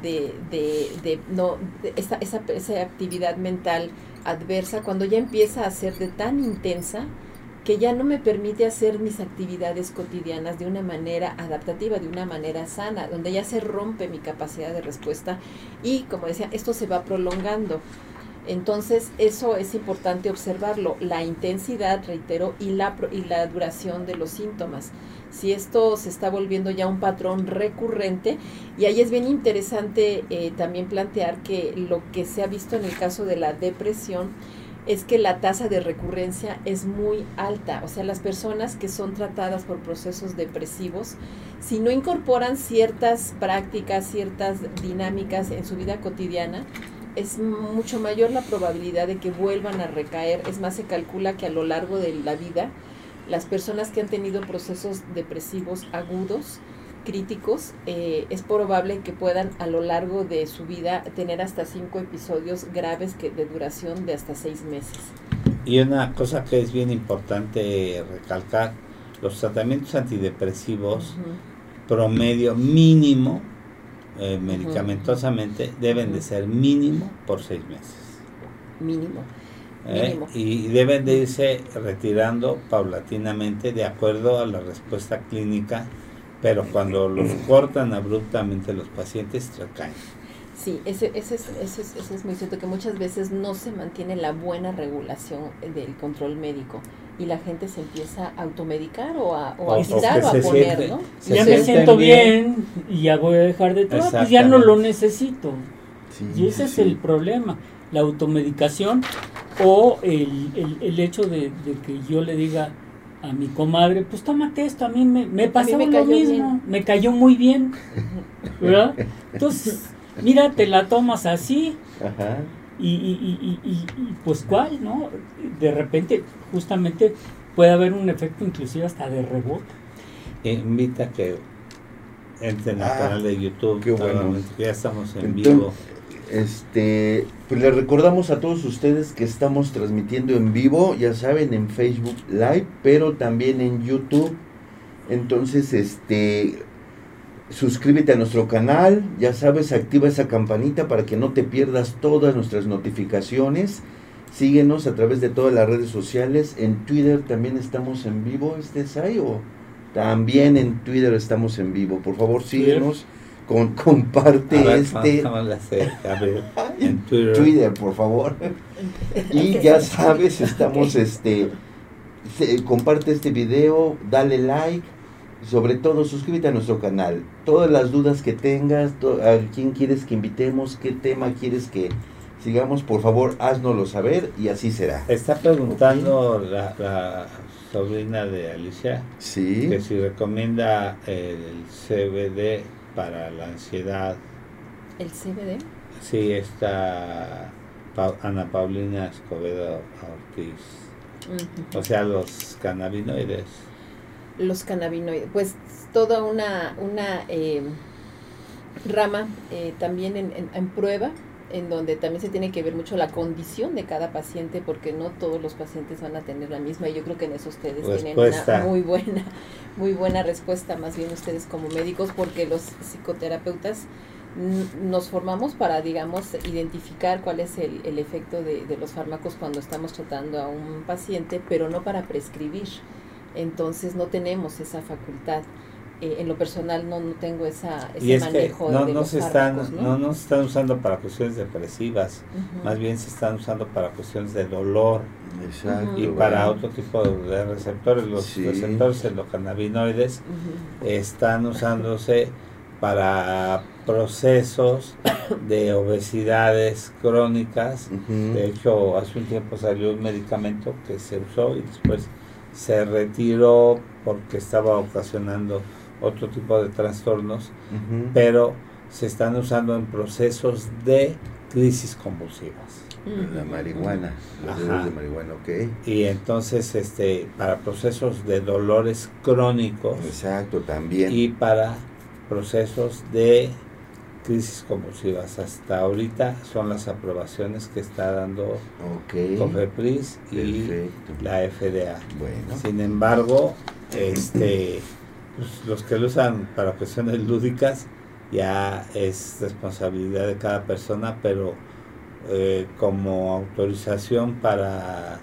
esa actividad mental adversa, cuando ya empieza a ser de tan intensa que ya no me permite hacer mis actividades cotidianas de una manera adaptativa, de una manera sana, donde ya se rompe mi capacidad de respuesta y, como decía, esto se va prolongando. Entonces, eso es importante observarlo, la intensidad, reitero, y la duración de los síntomas. Si esto se está volviendo ya un patrón recurrente, y ahí es bien interesante también plantear que lo que se ha visto en el caso de la depresión es que la tasa de recurrencia es muy alta. O sea, las personas que son tratadas por procesos depresivos, si no incorporan ciertas prácticas, ciertas dinámicas en su vida cotidiana, es mucho mayor la probabilidad de que vuelvan a recaer. Es más, se calcula que a lo largo de la vida, las personas que han tenido procesos depresivos agudos, críticos, es probable que puedan a lo largo de su vida tener hasta 5 episodios graves de duración de hasta 6 meses. Y una cosa que es bien importante recalcar, los tratamientos antidepresivos promedio mínimo, medicamentosamente, deben de ser mínimo por 6 meses. Mínimo. Y deben de irse retirando paulatinamente de acuerdo a la respuesta clínica, pero cuando los cortan abruptamente los pacientes recaen. Sí, eso es muy cierto, que muchas veces no se mantiene la buena regulación del control médico y la gente se empieza a automedicar o a quitar o a poner, ¿no? Ya me siento bien y ya voy a dejar de tomar, pues ya no lo necesito. Sí, y ese es el problema, la automedicación o el hecho de que yo le diga a mi comadre, pues tómate esto, a mí me pasó lo mismo, me cayó muy bien, ¿verdad? Entonces, mira, te la tomas así. Ajá. Y pues cuál, ¿no? De repente, justamente, puede haber un efecto inclusive hasta de rebote. Invita a que entren al canal de YouTube, qué bueno. Que ya estamos en vivo. Pues les recordamos a todos ustedes que estamos transmitiendo en vivo, ya saben, en Facebook Live, pero también en YouTube. Entonces, suscríbete a nuestro canal, ya sabes, activa esa campanita para que no te pierdas todas nuestras notificaciones. Síguenos a través de todas las redes sociales. En Twitter también estamos en vivo, Sai, también en Twitter estamos en vivo. Por favor, síguenos. Comparte en Twitter, por favor. Y ya sabes, estamos comparte este video, dale like, sobre todo suscríbete a nuestro canal. Todas las dudas que tengas, a quién quieres que invitemos, qué tema quieres que sigamos, por favor, háznoslo saber y así será. Está preguntando la sobrina de Alicia, ¿sí?, que si recomienda el CBD para la ansiedad. ¿El CBD? Sí, está Ana Paulina Escobedo Ortiz. O sea, los cannabinoides. Los cannabinoides, pues toda una rama también en prueba, en donde también se tiene que ver mucho la condición de cada paciente, porque no todos los pacientes van a tener la misma, y yo creo que en eso ustedes tienen una muy buena respuesta, más bien ustedes como médicos, porque los psicoterapeutas nos formamos para, digamos, identificar cuál es el efecto de los fármacos cuando estamos tratando a un paciente, pero no para prescribir. Entonces no tenemos esa facultad. En lo personal no tengo ese manejo de los fármacos, no se están usando para cuestiones depresivas, más bien se están usando para cuestiones de dolor. Exacto, y para otro tipo de receptores. Los receptores en los cannabinoides están usándose para procesos de obesidades crónicas. De hecho, hace un tiempo salió un medicamento que se usó y después se retiró porque estaba ocasionando otro tipo de trastornos, pero se están usando en procesos de crisis convulsivas. La marihuana, los dedos de marihuana, ok. Y entonces, para procesos de dolores crónicos. Exacto, también. Y para procesos de crisis convulsivas. Hasta ahorita son las aprobaciones que está dando COFEPRIS y la FDA. Bueno. Sin embargo, pues, los que lo usan para cuestiones lúdicas ya es responsabilidad de cada persona, pero como autorización para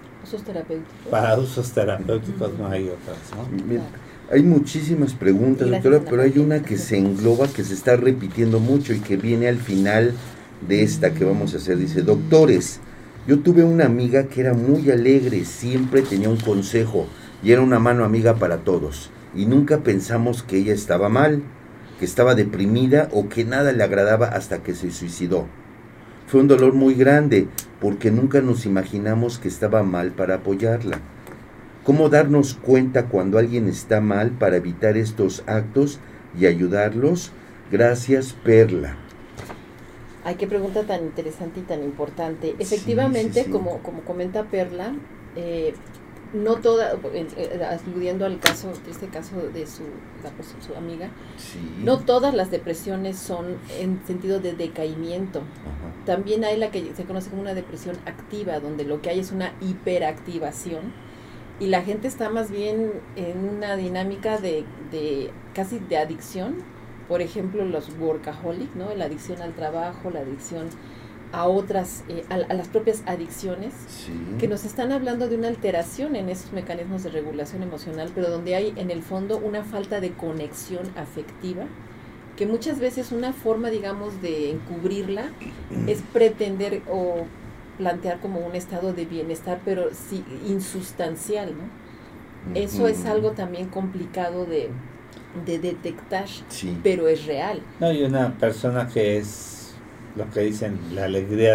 usos terapéuticos no hay otras, ¿no? Bien. Hay muchísimas preguntas, doctora, pero hay una que se engloba, que se está repitiendo mucho y que viene al final de esta que vamos a hacer. Dice: doctores, yo tuve una amiga que era muy alegre, siempre tenía un consejo y era una mano amiga para todos. Y nunca pensamos que ella estaba mal, que estaba deprimida o que nada le agradaba hasta que se suicidó. Fue un dolor muy grande porque nunca nos imaginamos que estaba mal para apoyarla. ¿Cómo darnos cuenta cuando alguien está mal para evitar estos actos y ayudarlos? Gracias, Perla. Ay, qué pregunta tan interesante y tan importante. Efectivamente, sí. Como comenta Perla, no toda, aludiendo al triste caso de su amiga, no todas las depresiones son en sentido de decaimiento. Ajá. También hay la que se conoce como una depresión activa, donde lo que hay es una hiperactivación. Y la gente está más bien en una dinámica de casi de adicción. Por ejemplo, los workaholic, ¿no? La adicción al trabajo, la adicción a otras, a las propias adicciones, que nos están hablando de una alteración en esos mecanismos de regulación emocional, pero donde hay en el fondo una falta de conexión afectiva, que muchas veces una forma, digamos, de encubrirla es pretender o plantear como un estado de bienestar, pero sí insustancial, ¿no? Eso es algo también complicado de detectar, pero es real. No, y una persona que es lo que dicen la alegría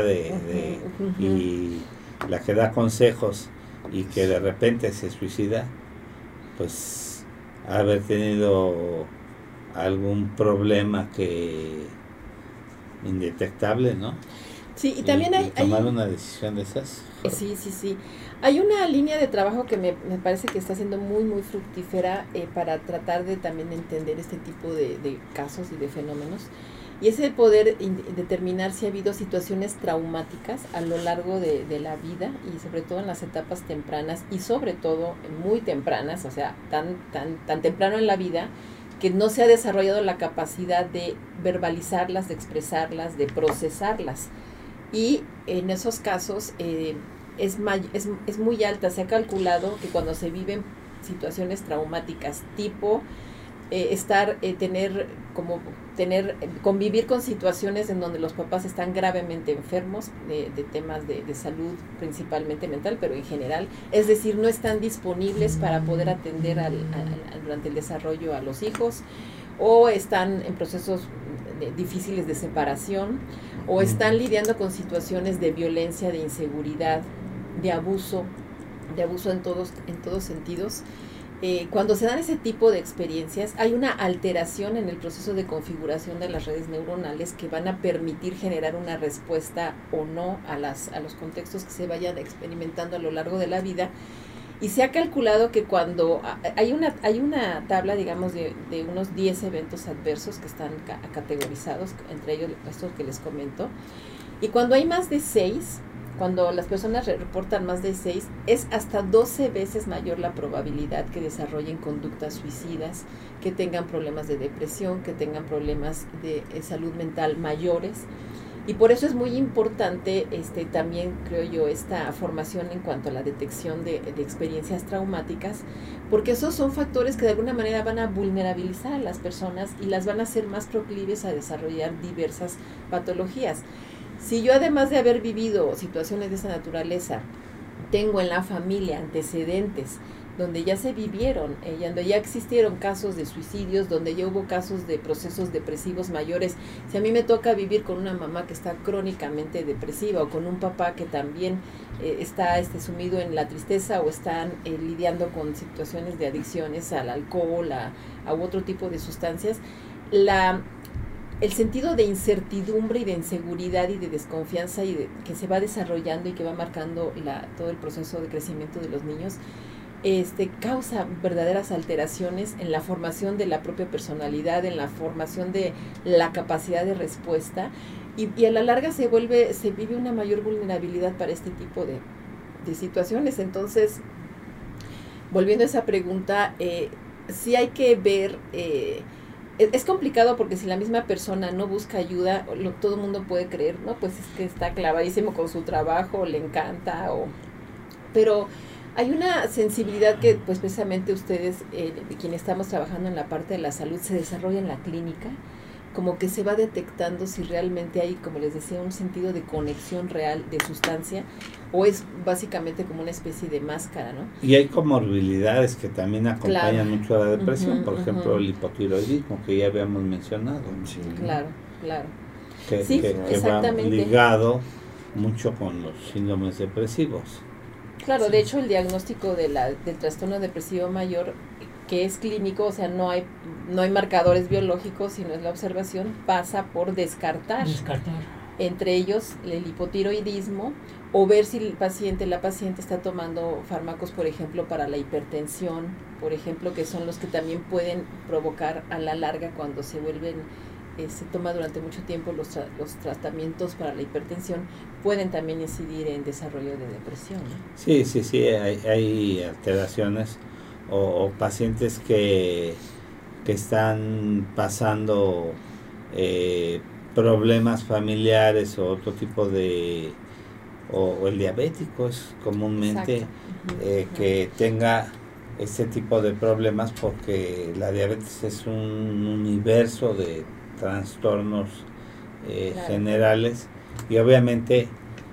y la que da consejos y que de repente se suicida, pues haber tenido algún problema que indetectable, ¿no? Sí, y también hay tomar una decisión de esas. Sí. Hay una línea de trabajo que me parece que está siendo muy, muy fructífera para tratar de también entender este tipo de casos y de fenómenos. y es el poder determinar si ha habido situaciones traumáticas a lo largo de la vida y sobre todo en las etapas tempranas y sobre todo muy tempranas, o sea, tan temprano en la vida que no se ha desarrollado la capacidad de verbalizarlas, de expresarlas, de procesarlas. Y en esos casos es muy alta. Se ha calculado que cuando se viven situaciones traumáticas tipo convivir con situaciones en donde los papás están gravemente enfermos de temas de salud, principalmente mental, pero en general, es decir, no están disponibles para poder atender durante el desarrollo a los hijos, o están en procesos difíciles de separación, o están lidiando con situaciones de violencia, de inseguridad, de abuso en todos sentidos. Cuando se dan ese tipo de experiencias, hay una alteración en el proceso de configuración de las redes neuronales que van a permitir generar una respuesta o no a los contextos que se vayan experimentando a lo largo de la vida. Y se ha calculado que cuando hay una tabla, digamos, de unos 10 eventos adversos que están categorizados, entre ellos estos que les comento, y cuando hay más de 6, cuando las personas reportan más de 6, es hasta 12 veces mayor la probabilidad que desarrollen conductas suicidas, que tengan problemas de depresión, que tengan problemas de salud mental mayores. Y por eso es muy importante también, creo yo, esta formación en cuanto a la detección de experiencias traumáticas, porque esos son factores que de alguna manera van a vulnerabilizar a las personas y las van a hacer más proclives a desarrollar diversas patologías. Si yo, además de haber vivido situaciones de esa naturaleza, tengo en la familia antecedentes donde ya se vivieron, donde ya existieron casos de suicidios, donde ya hubo casos de procesos depresivos mayores, si a mí me toca vivir con una mamá que está crónicamente depresiva o con un papá que también está sumido en la tristeza o están lidiando con situaciones de adicciones al alcohol, a otro tipo de sustancias, el sentido de incertidumbre y de inseguridad y de desconfianza que se va desarrollando y que va marcando todo el proceso de crecimiento de los niños, causa verdaderas alteraciones en la formación de la propia personalidad, en la formación de la capacidad de respuesta, y a la larga se vive una mayor vulnerabilidad para este tipo de situaciones. Entonces, volviendo a esa pregunta, sí hay que ver... es complicado porque si la misma persona no busca ayuda, todo el mundo puede creer, no, pues es que está clavadísimo con su trabajo, le encanta, pero hay una sensibilidad que pues precisamente ustedes, quienes estamos trabajando en la parte de la salud, se desarrolla en la clínica, como que se va detectando si realmente hay, como les decía, un sentido de conexión real de sustancia, o es básicamente como una especie de máscara, ¿no? Y hay comorbilidades que también acompañan mucho a la depresión, por ejemplo, el hipotiroidismo, que ya habíamos mencionado. Sí. Claro. Que va ligado mucho con los síndromes depresivos. Claro, de hecho el diagnóstico del trastorno depresivo mayor, que es clínico, o sea, no hay marcadores biológicos, sino es la observación, pasa por descartar. Entre ellos el hipotiroidismo, o ver si la paciente está tomando fármacos, por ejemplo, para la hipertensión, por ejemplo, que son los que también pueden provocar a la larga, cuando se toma durante mucho tiempo los tratamientos para la hipertensión, pueden también incidir en desarrollo de depresión, ¿no? Sí, hay alteraciones o pacientes que están pasando problemas familiares o otro tipo de... o el diabético es comúnmente que tenga este tipo de problemas, porque la diabetes es un universo de trastornos generales, y obviamente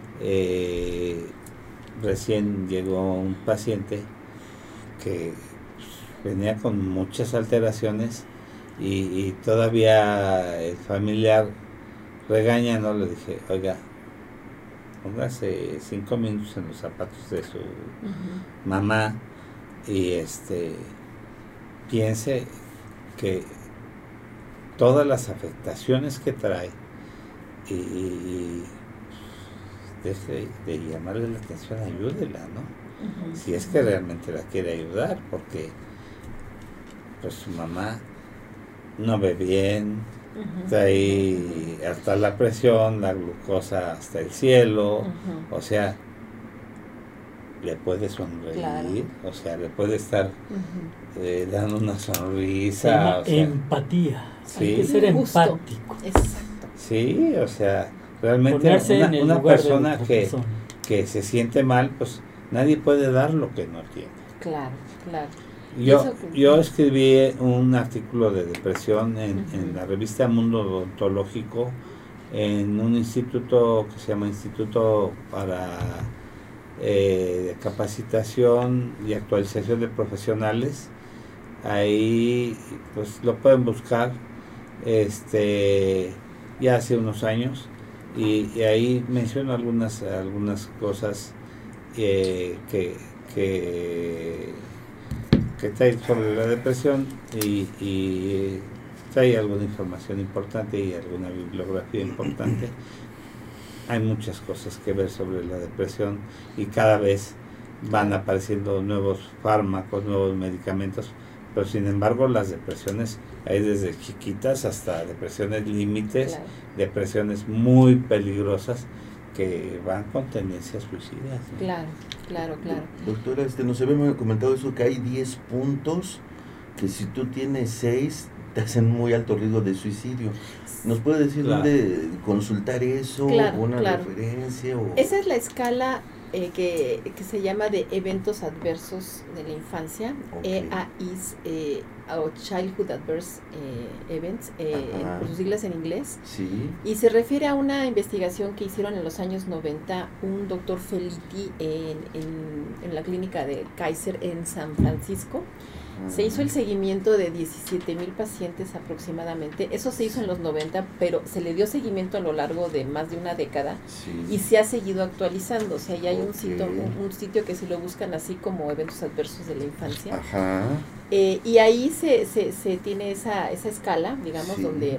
recién llegó un paciente que venía con muchas alteraciones y todavía el familiar regaña, no le dije, oiga, póngase 5 minutos en los zapatos de su mamá y piense que todas las afectaciones que trae, y deje de llamarle la atención, ayúdela, ¿no? Si es que realmente la quiere ayudar, porque pues su mamá no ve bien, trae hasta la presión, la glucosa hasta el cielo, o sea, le puede sonreír, Claro. o sea, le puede estar dando una Se sonrisa, llama o sea, empatía. sí. Hay que ser Justo. empático. Exacto. sí, o sea, realmente Ponerse en el una lugar de persona otra que persona. se siente mal, pues nadie puede dar lo que no tiene. Claro, claro. Yo escribí un artículo de depresión en la revista Mundo Odontológico, en un instituto que se llama Instituto para Capacitación y Actualización de Profesionales. Ahí pues lo pueden buscar, ya hace unos años, y ahí menciono algunas cosas que trae sobre la depresión, y trae alguna información importante y alguna bibliografía importante. Hay muchas cosas que ver sobre la depresión, y cada vez van apareciendo nuevos fármacos, nuevos medicamentos, pero sin embargo las depresiones hay desde chiquitas hasta depresiones límites, Claro. depresiones muy peligrosas que van con tendencias suicidas, ¿no? Claro, claro, claro. Doctora, nos habíamos comentado eso, que hay 10 puntos que si tú tienes 6 te hacen muy alto riesgo de suicidio. ¿Nos puede decir Claro. dónde consultar eso? Claro, ¿Una claro. referencia? O... Esa es la escala que se llama de eventos adversos de la infancia, Ok. EAIS, o Childhood Adverse Events, Ajá. por sus siglas en inglés, Sí. y se refiere a una investigación que hicieron en los años 90 un doctor Felitti en la clínica de Kaiser en San Francisco. Se hizo el seguimiento de 17,000 pacientes aproximadamente. Eso se hizo en los 90, pero se le dio seguimiento a lo largo de más de una década Sí. y se ha seguido actualizando. O sea, ya hay Ok. un sitio que si lo buscan así como eventos adversos de la infancia. Ajá. Y ahí se tiene esa escala, digamos, Sí. donde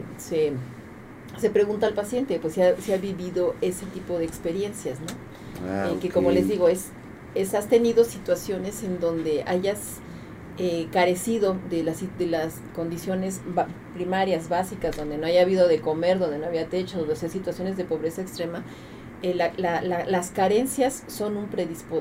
se pregunta al paciente, pues si ha vivido ese tipo de experiencias, ¿no? Que como les digo, es has tenido situaciones en donde hayas carecido de las condiciones primarias, básicas, donde no haya habido de comer, donde no había techo, donde sea situaciones de pobreza extrema. Las carencias son un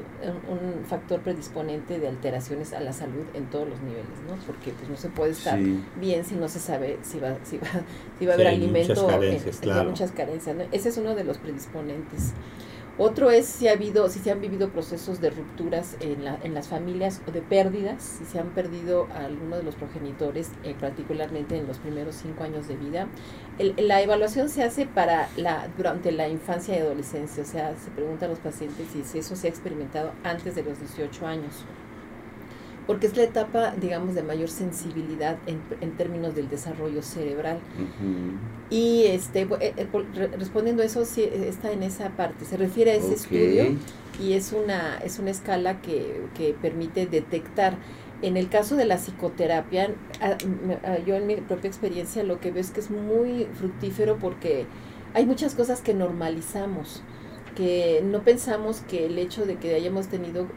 factor predisponente de alteraciones a la salud en todos los niveles, ¿no? Porque pues no se puede estar bien si no se sabe si va a haber alimento. Muchas carencias, claro. Hay muchas carencias, ¿no? Ese es uno de los predisponentes. Otro es si se han vivido procesos de rupturas en las familias o de pérdidas, si se han perdido a alguno de los progenitores, particularmente en los primeros 5 años de vida. La evaluación se hace durante la infancia y adolescencia, o sea, se pregunta a los pacientes si eso se ha experimentado antes de los 18 años, porque es la etapa, digamos, de mayor sensibilidad en términos del desarrollo cerebral. Uh-huh. Y respondiendo a eso, sí está en esa parte, se refiere a ese estudio, y es una escala que permite detectar. En el caso de la psicoterapia, yo en mi propia experiencia lo que veo es que es muy fructífero, porque hay muchas cosas que normalizamos, que no pensamos que el hecho de que hayamos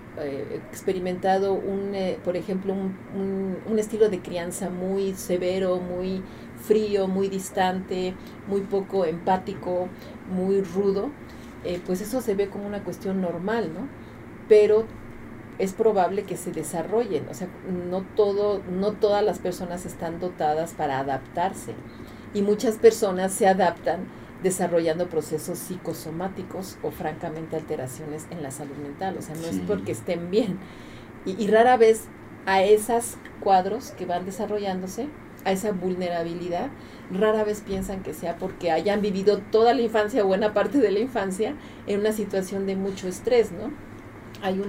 experimentado por ejemplo, un estilo de crianza muy severo, muy frío, muy distante, muy poco empático, muy rudo, pues eso se ve como una cuestión normal, ¿no? Pero es probable que se desarrollen, o sea, no todas las personas están dotadas para adaptarse, y muchas personas se adaptan desarrollando procesos psicosomáticos o francamente alteraciones en la salud mental, o sea, no es porque estén bien, y rara vez a esos cuadros que van desarrollándose, a esa vulnerabilidad, rara vez piensan que sea porque hayan vivido toda la infancia o buena parte de la infancia en una situación de mucho estrés, ¿no? Hay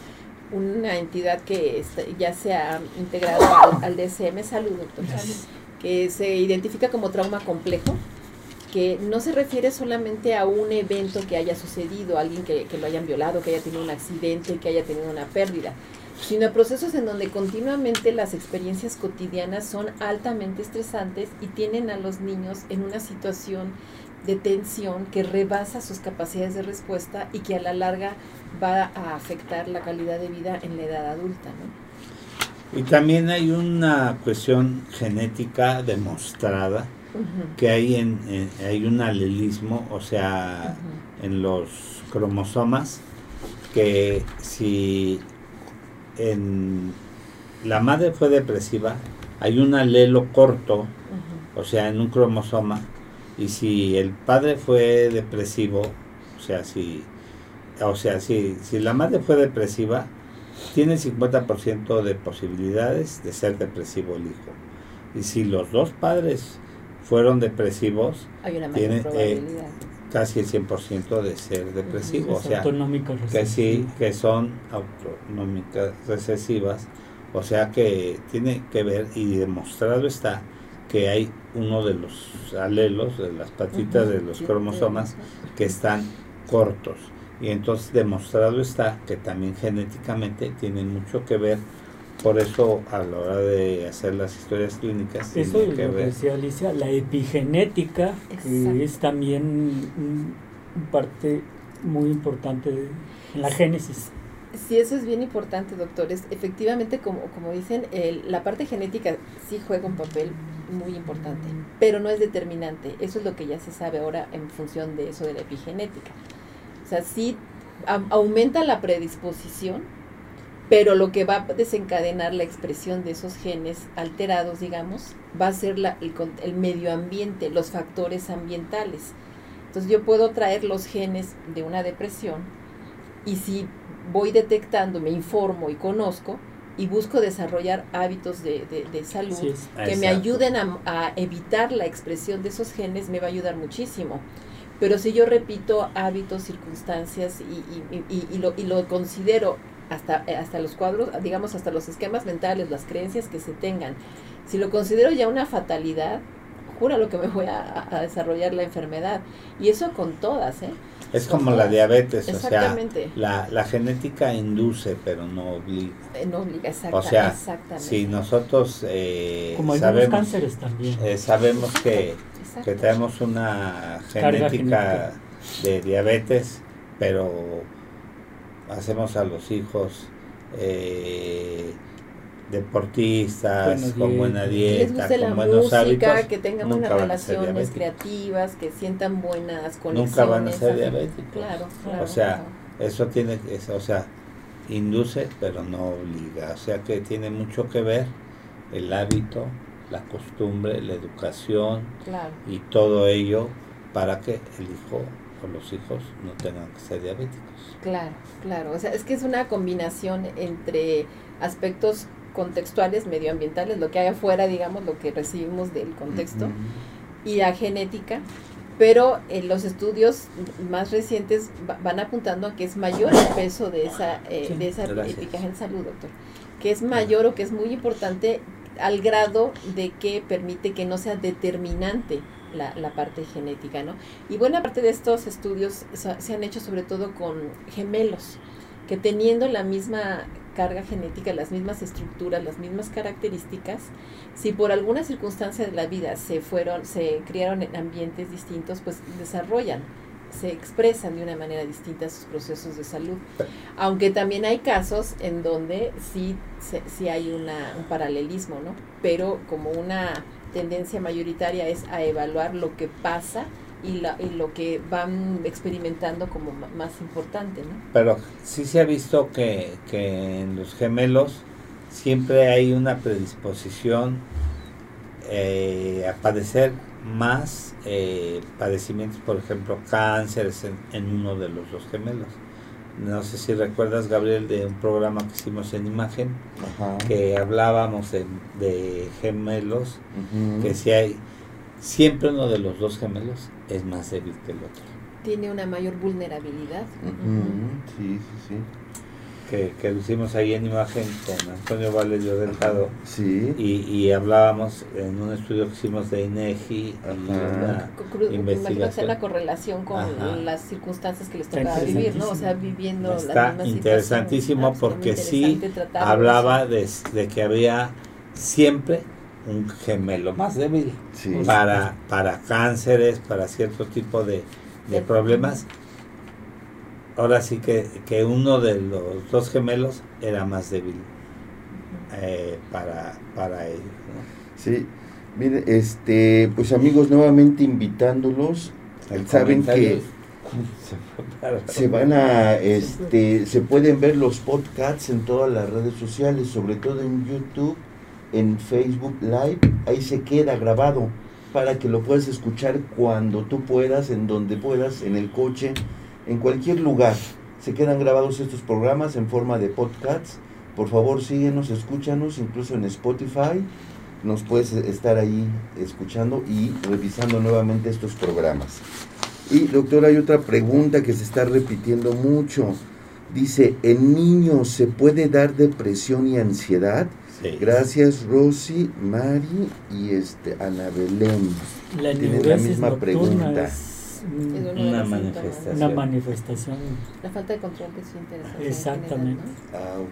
una entidad que ya se ha integrado al DSM Salud, doctor, que se identifica como trauma complejo, que no se refiere solamente a un evento que haya sucedido, a alguien que lo hayan violado, que haya tenido un accidente, que haya tenido una pérdida, sino a procesos en donde continuamente las experiencias cotidianas son altamente estresantes y tienen a los niños en una situación de tensión que rebasa sus capacidades de respuesta y que a la larga va a afectar la calidad de vida en la edad adulta, ¿no? Y también hay una cuestión genética demostrada que hay hay un alelismo, o sea, en los cromosomas, que si en la madre fue depresiva, hay un alelo corto, o sea, en un cromosoma, y si el padre fue depresivo, si la madre fue depresiva, tiene 50% de posibilidades de ser depresivo el hijo. Y si los dos padres fueron depresivos, hay una mayor tiene probabilidad. Casi el 100% de ser depresivo. O sea, autonómico que sí, que son autonómicas recesivas. O sea que tiene que ver, y demostrado está, que hay uno de los alelos, de las patitas de los cromosomas, que están cortos. Y entonces demostrado está que también genéticamente tienen mucho que ver. Por eso a la hora de hacer las historias clínicas eso es lo que decía Alicia, la epigenética, que es también un parte muy importante en la génesis. Sí, eso es bien importante, doctores. Efectivamente, como dicen, la parte genética sí juega un papel muy importante, pero no es determinante. Eso es lo que ya se sabe ahora en función de eso de la epigenética. O sea, sí aumenta la predisposición, pero lo que va a desencadenar la expresión de esos genes alterados, digamos, va a ser el medio ambiente, los factores ambientales. Entonces yo puedo traer los genes de una depresión, y si voy detectando, me informo y conozco, y busco desarrollar hábitos de salud que me ayuden a evitar la expresión de esos genes, me va a ayudar muchísimo. Pero si yo repito hábitos, circunstancias y lo considero hasta los cuadros, digamos, hasta los esquemas mentales, las creencias que se tengan, si lo considero ya una fatalidad, júralo que me voy a desarrollar la enfermedad. Y eso con todas, ¿eh? Es como la diabetes, exactamente. O sea, la genética induce, pero no obliga. No obliga, o sea, exactamente. Si nosotros como algunos cánceres también. Sabemos que tenemos una genética de diabetes, pero hacemos a los hijos deportistas, con buena dieta, con buenos hábitos, que tengan buenas relaciones creativas, que sientan buenas conexiones. Nunca van a ser diabéticos. Claro. O sea, eso induce, pero no obliga. O sea que tiene mucho que ver el hábito, la costumbre, la educación, y todo ello para que el hijo o los hijos no tengan que ser diabéticos. Claro. O sea, es que es una combinación entre aspectos contextuales, medioambientales, lo que hay afuera, digamos, lo que recibimos del contexto, y la genética, pero los estudios más recientes van apuntando a que es mayor el peso de esa epigenética en salud, doctor, que es mayor o que es muy importante al grado de que permite que no sea determinante la parte genética, ¿no? Y buena parte de estos estudios se han hecho sobre todo con gemelos, que teniendo la misma carga genética, las mismas estructuras, las mismas características, si por alguna circunstancia de la vida se criaron en ambientes distintos, pues se expresan de una manera distinta sus procesos de salud. Aunque también hay casos en donde sí hay un paralelismo, ¿no? Pero como una tendencia mayoritaria es a evaluar lo que pasa y lo que van experimentando como más importante, ¿no? Pero sí se ha visto que en los gemelos siempre hay una predisposición a padecer más padecimientos, por ejemplo, cánceres en uno de los dos gemelos. No sé si recuerdas, Gabriel, de un programa que hicimos en Imagen, que hablábamos de gemelos, que si hay siempre uno de los dos gemelos es más débil que el otro. Tiene una mayor vulnerabilidad. Sí. Que lo hicimos ahí en Imagen con Antonio Valerio Delgado. Sí. Y hablábamos en un estudio que hicimos de INEGI, una investigación. La correlación con las circunstancias que les tocaba vivir, ¿no? O sea, viviendo las mismas interesantísimo porque sí hablaba de que había siempre un gemelo más débil para cánceres, para cierto tipo de problemas. Ahora sí que uno de los dos gemelos era más débil para ellos, ¿no? Sí, Miren, pues amigos, nuevamente invitándolos, saben que se van a, se pueden ver los podcasts en todas las redes sociales, sobre todo en YouTube, en Facebook Live, ahí se queda grabado para que lo puedas escuchar cuando tú puedas, en donde puedas, en el coche, en cualquier lugar. Se quedan grabados estos programas en forma de podcasts. Por favor, síguenos, escúchanos, incluso en Spotify. Nos puedes estar ahí escuchando y revisando nuevamente estos programas. Y doctor, hay otra pregunta que se está repitiendo mucho. Dice, ¿en niños se puede dar depresión y ansiedad? Sí. Gracias, Rosy, Mari y Ana Belén. Tienen la misma pregunta. Es Una manifestación. una manifestación. La falta de control de su interesación. Exactamente. General, Ah, ¿no?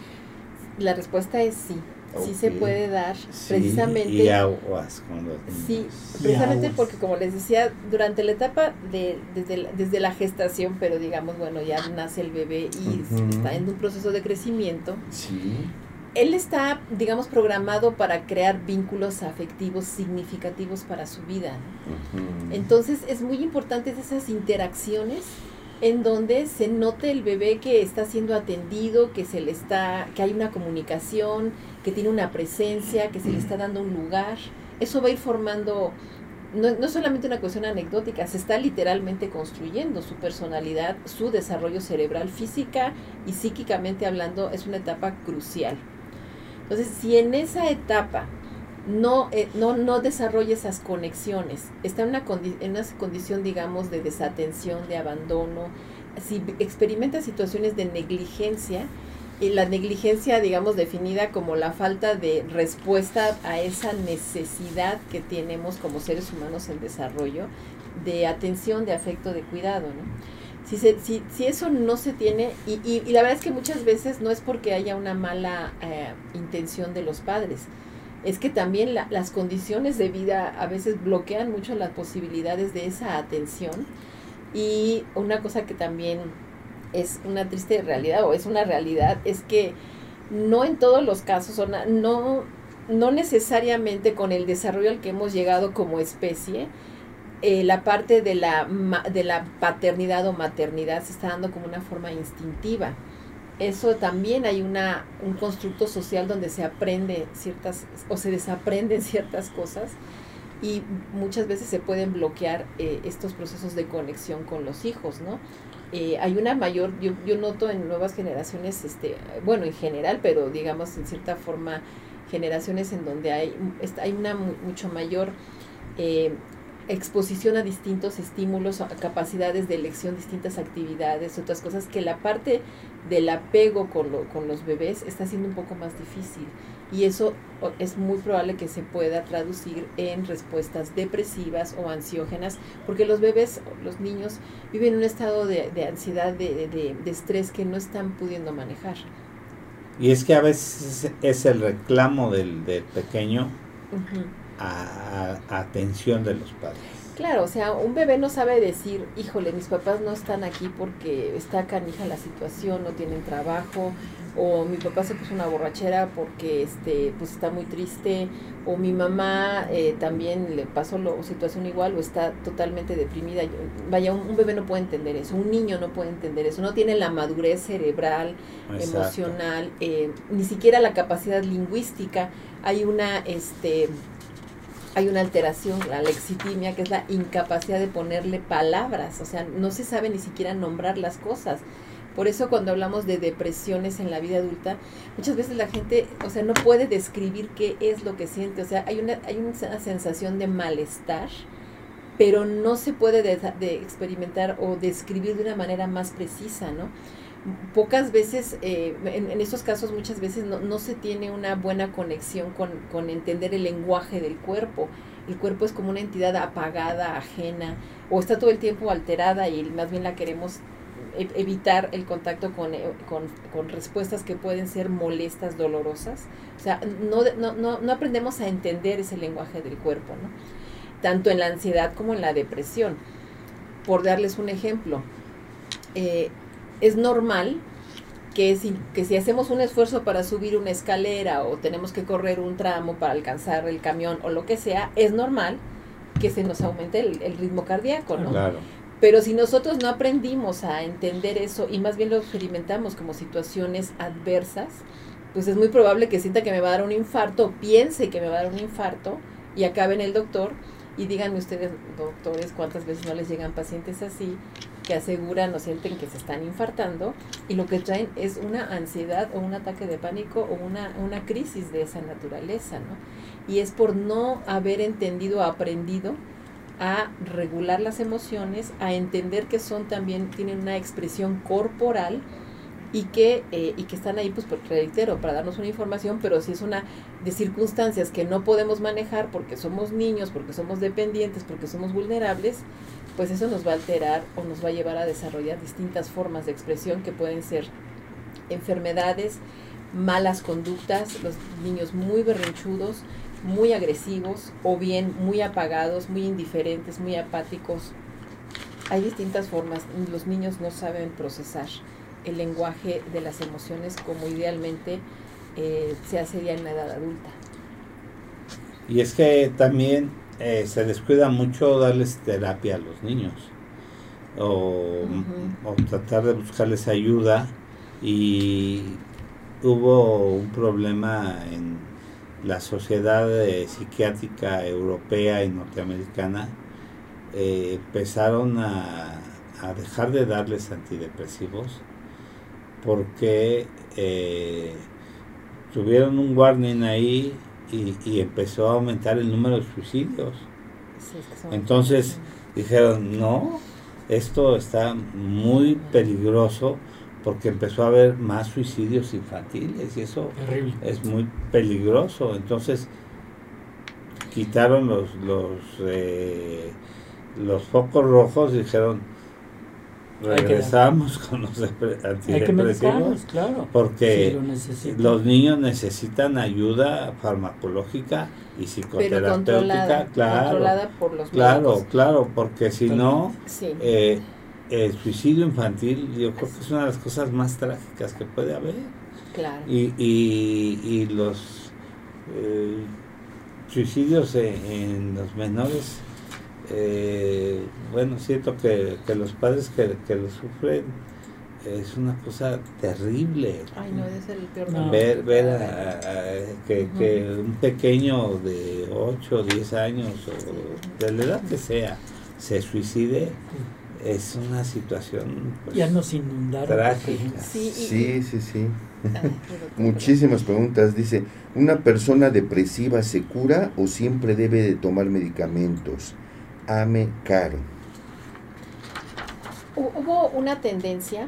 ok. La respuesta es sí. Sí se Ok. puede dar, Sí, precisamente. y aguas con los niños. Sí, precisamente aguas. porque como les decía, durante la etapa desde la gestación, pero digamos, bueno, ya nace el bebé y Ujú. está en un proceso de crecimiento, Sí. él está, digamos, programado para crear vínculos afectivos significativos para su vida, ¿no? Ujú. Entonces es muy importante esas interacciones en donde se note el bebé que está siendo atendido, que hay una comunicación, que tiene una presencia, que se le está dando un lugar. Eso va a ir formando, no solamente una cuestión anecdótica, se está literalmente construyendo su personalidad, su desarrollo cerebral, física y psíquicamente hablando, es una etapa crucial. Entonces, si en esa etapa no desarrolla esas conexiones, está en una condición, digamos, de desatención, de abandono, si experimenta situaciones de negligencia, y la negligencia, digamos, definida como la falta de respuesta a esa necesidad que tenemos como seres humanos en desarrollo, de atención, de afecto, de cuidado, ¿no? Si eso no se tiene, y la verdad es que muchas veces no es porque haya una mala intención de los padres, es que también las condiciones de vida a veces bloquean mucho las posibilidades de esa atención. Y una cosa que también es una triste realidad, o es una realidad, es que no en todos los casos, no necesariamente con el desarrollo al que hemos llegado como especie, la parte de la paternidad o maternidad se está dando como una forma instintiva. Eso también hay un constructo social donde se aprende se desaprenden ciertas cosas, y muchas veces se pueden bloquear estos procesos de conexión con los hijos, ¿no? Hay una mayor, yo noto en nuevas generaciones, bueno, en general, pero digamos en cierta forma, generaciones en donde hay una mucho mayor exposición a distintos estímulos, a capacidades de elección, distintas actividades, otras cosas, que la parte del apego con los bebés está siendo un poco más difícil, y eso es muy probable que se pueda traducir en respuestas depresivas o ansiógenas, porque los bebés, los niños, viven en un estado de ansiedad, de estrés que no están pudiendo manejar. Y es que a veces es el reclamo del pequeño Uh-huh. a atención de los padres. Claro, o sea, un bebé no sabe decir, híjole, mis papás no están aquí porque está canija la situación, no tienen trabajo, o mi papá se puso una borrachera porque pues está muy triste, o mi mamá también le pasó situación igual, o está totalmente deprimida. Vaya, un bebé no puede entender eso, un niño no puede entender eso, no tiene la madurez cerebral, Exacto. emocional, ni siquiera la capacidad lingüística. Hay una alteración, la lexitimia, que es la incapacidad de ponerle palabras, o sea, no se sabe ni siquiera nombrar las cosas. Por eso cuando hablamos de depresiones en la vida adulta, muchas veces la gente, o sea, no puede describir qué es lo que siente, o sea, hay una sensación de malestar, pero no se puede de experimentar o describir de una manera más precisa, ¿no? Pocas veces, en estos casos muchas veces no se tiene una buena conexión con entender el lenguaje del cuerpo. El cuerpo es como una entidad apagada, ajena, o está todo el tiempo alterada, y más bien la queremos evitar el contacto con respuestas que pueden ser molestas, dolorosas. O sea, no aprendemos a entender ese lenguaje del cuerpo, ¿no? Tanto en la ansiedad como en la depresión. Por darles un ejemplo, es normal que si hacemos un esfuerzo para subir una escalera o tenemos que correr un tramo para alcanzar el camión o lo que sea, es normal que se nos aumente el ritmo cardíaco, ¿no? Claro. Pero si nosotros no aprendimos a entender eso y más bien lo experimentamos como situaciones adversas, pues es muy probable que sienta que me va a dar un infarto, o piense que me va a dar un infarto y acabe en el doctor. Y díganme ustedes, doctores, cuántas veces no les llegan pacientes así que aseguran o sienten que se están infartando y lo que traen es una ansiedad o un ataque de pánico o una crisis de esa naturaleza, ¿no? Y es por no haber entendido o aprendido a regular las emociones, a entender que tienen una expresión corporal y que están ahí, pues, porque reitero, para darnos una información, pero si es una de circunstancias que no podemos manejar porque somos niños, porque somos dependientes, porque somos vulnerables, pues eso nos va a alterar o nos va a llevar a desarrollar distintas formas de expresión que pueden ser enfermedades, malas conductas, los niños muy berrinchudos, muy agresivos o bien muy apagados, muy indiferentes, muy apáticos. Hay distintas formas. Los niños no saben procesar el lenguaje de las emociones como idealmente se hace ya en la edad adulta. Y es que también se descuida mucho darles terapia a los niños o tratar de buscarles ayuda, y hubo un problema en la sociedad psiquiátrica europea y norteamericana. Empezaron a dejar de darles antidepresivos porque tuvieron un warning ahí y empezó a aumentar el número de suicidios. Sí, es que entonces dijeron, no, esto está muy peligroso, porque empezó a haber más suicidios infantiles y eso terrible. Es muy peligroso. Entonces quitaron los focos rojos y dijeron, regresamos con los antidepresivos, claro, porque sí, los niños necesitan ayuda farmacológica y psicoterapéutica, controlada por los médicos. Claro, porque si no, sí. El suicidio infantil yo creo que es una de las cosas más trágicas que puede haber. Claro. Y los suicidios en los menores, bueno, siento que los padres que lo sufren es una cosa terrible. Ay, no, es el peor. No. Ver que un pequeño de 8 o 10 años o de la edad que sea se suicide, es una situación, pues, ya nos inundaron trágica. Sí. Muchísimas preguntas. Dice, ¿una persona depresiva se cura o siempre debe de tomar medicamentos? Ame Caro. Hubo una tendencia,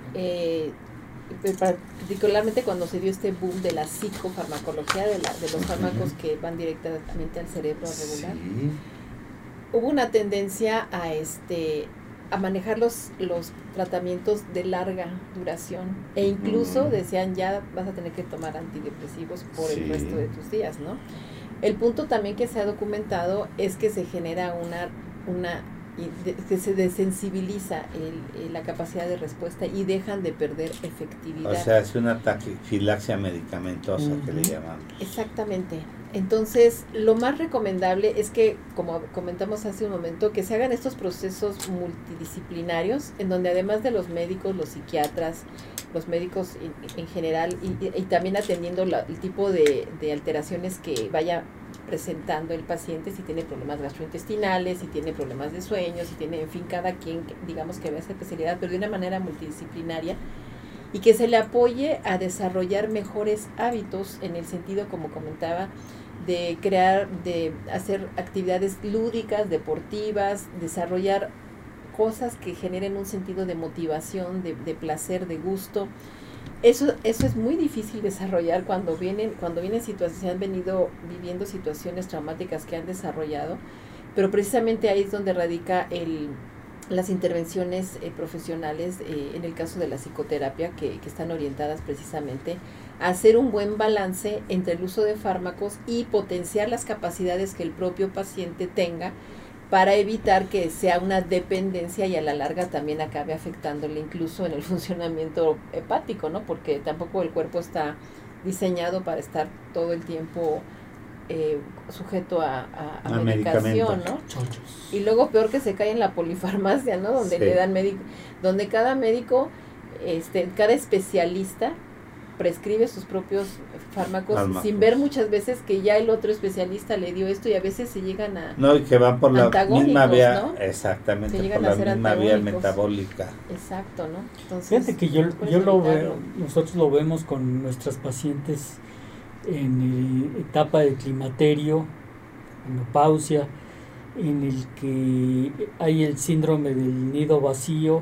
particularmente cuando se dio este boom de la psicofarmacología, de los fármacos que van directamente al cerebro a regular. Sí. Hubo una tendencia a manejar los tratamientos de larga duración, e incluso decían, ya vas a tener que tomar antidepresivos por el resto de tus días, ¿no? El punto también que se ha documentado es que se genera que se desensibiliza la capacidad de respuesta y dejan de perder efectividad. O sea, es una taquifilaxia medicamentosa que le llamamos. Exactamente. Entonces, lo más recomendable es que, como comentamos hace un momento, que se hagan estos procesos multidisciplinarios, en donde además de los médicos, los psiquiatras, los médicos en general, y también atendiendo el tipo de alteraciones que vaya presentando el paciente, si tiene problemas gastrointestinales, si tiene problemas de sueño, si tiene, en fin, cada quien, digamos, que vea esa especialidad, pero de una manera multidisciplinaria, y que se le apoye a desarrollar mejores hábitos en el sentido, como comentaba, de hacer actividades lúdicas, deportivas, desarrollar cosas que generen un sentido de motivación, de placer, de gusto. Eso es muy difícil desarrollar cuando vienen situaciones, han venido viviendo situaciones traumáticas que han desarrollado, pero precisamente ahí es donde radica las intervenciones profesionales, en el caso de la psicoterapia, que están orientadas precisamente a hacer un buen balance entre el uso de fármacos y potenciar las capacidades que el propio paciente tenga para evitar que sea una dependencia y a la larga también acabe afectándole incluso en el funcionamiento hepático, ¿no? Porque tampoco el cuerpo está diseñado para estar todo el tiempo sujeto a medicación, ¿no? Y luego peor que se cae en la polifarmacia, ¿no? Donde le dan donde cada médico, cada especialista prescribe sus propios fármacos sin ver muchas veces que ya el otro especialista le dio esto, y a veces se llegan a y que van por la misma vía, ¿no? Exactamente, por la misma vía metabólica. Exacto, ¿no? Entonces, fíjate que yo lo veo, nosotros lo vemos con nuestras pacientes en etapa de climaterio, menopausia, en el que hay el síndrome del nido vacío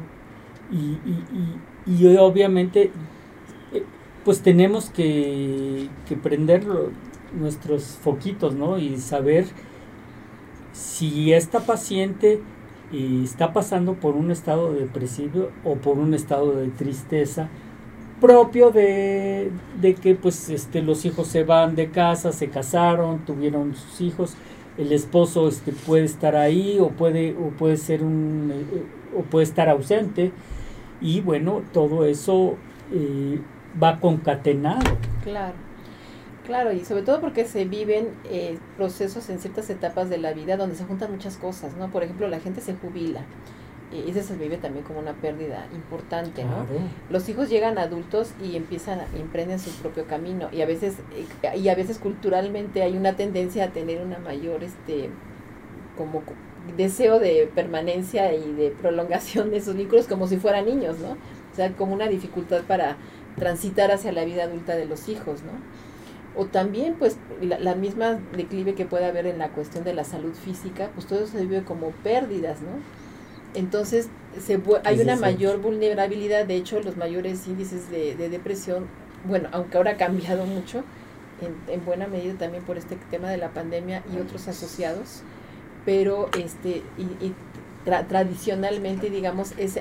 y obviamente pues tenemos que prender nuestros foquitos, ¿no? Y saber si esta paciente está pasando por un estado depresivo o por un estado de tristeza propio de que pues los hijos se van de casa, se casaron, tuvieron sus hijos, el esposo puede estar ahí o puede ser o puede estar ausente, y bueno, todo eso va concatenado. Claro, y sobre todo porque se viven procesos en ciertas etapas de la vida donde se juntan muchas cosas, ¿no? Por ejemplo, la gente se jubila, y eso se vive también como una pérdida importante, ¿no? Claro. Los hijos llegan adultos y emprenden su propio camino, y a veces culturalmente hay una tendencia a tener una mayor como deseo de permanencia y de prolongación de esos vínculos como si fueran niños, ¿no? O sea, como una dificultad para transitar hacia la vida adulta de los hijos, ¿no? O también, pues, la misma declive que puede haber en la cuestión de la salud física, pues todo eso se vive como pérdidas, ¿no? Entonces, hay una mayor vulnerabilidad. De hecho, los mayores índices de depresión, bueno, aunque ahora ha cambiado mucho, en buena medida también por este tema de la pandemia y otros asociados, pero tradicionalmente, digamos, es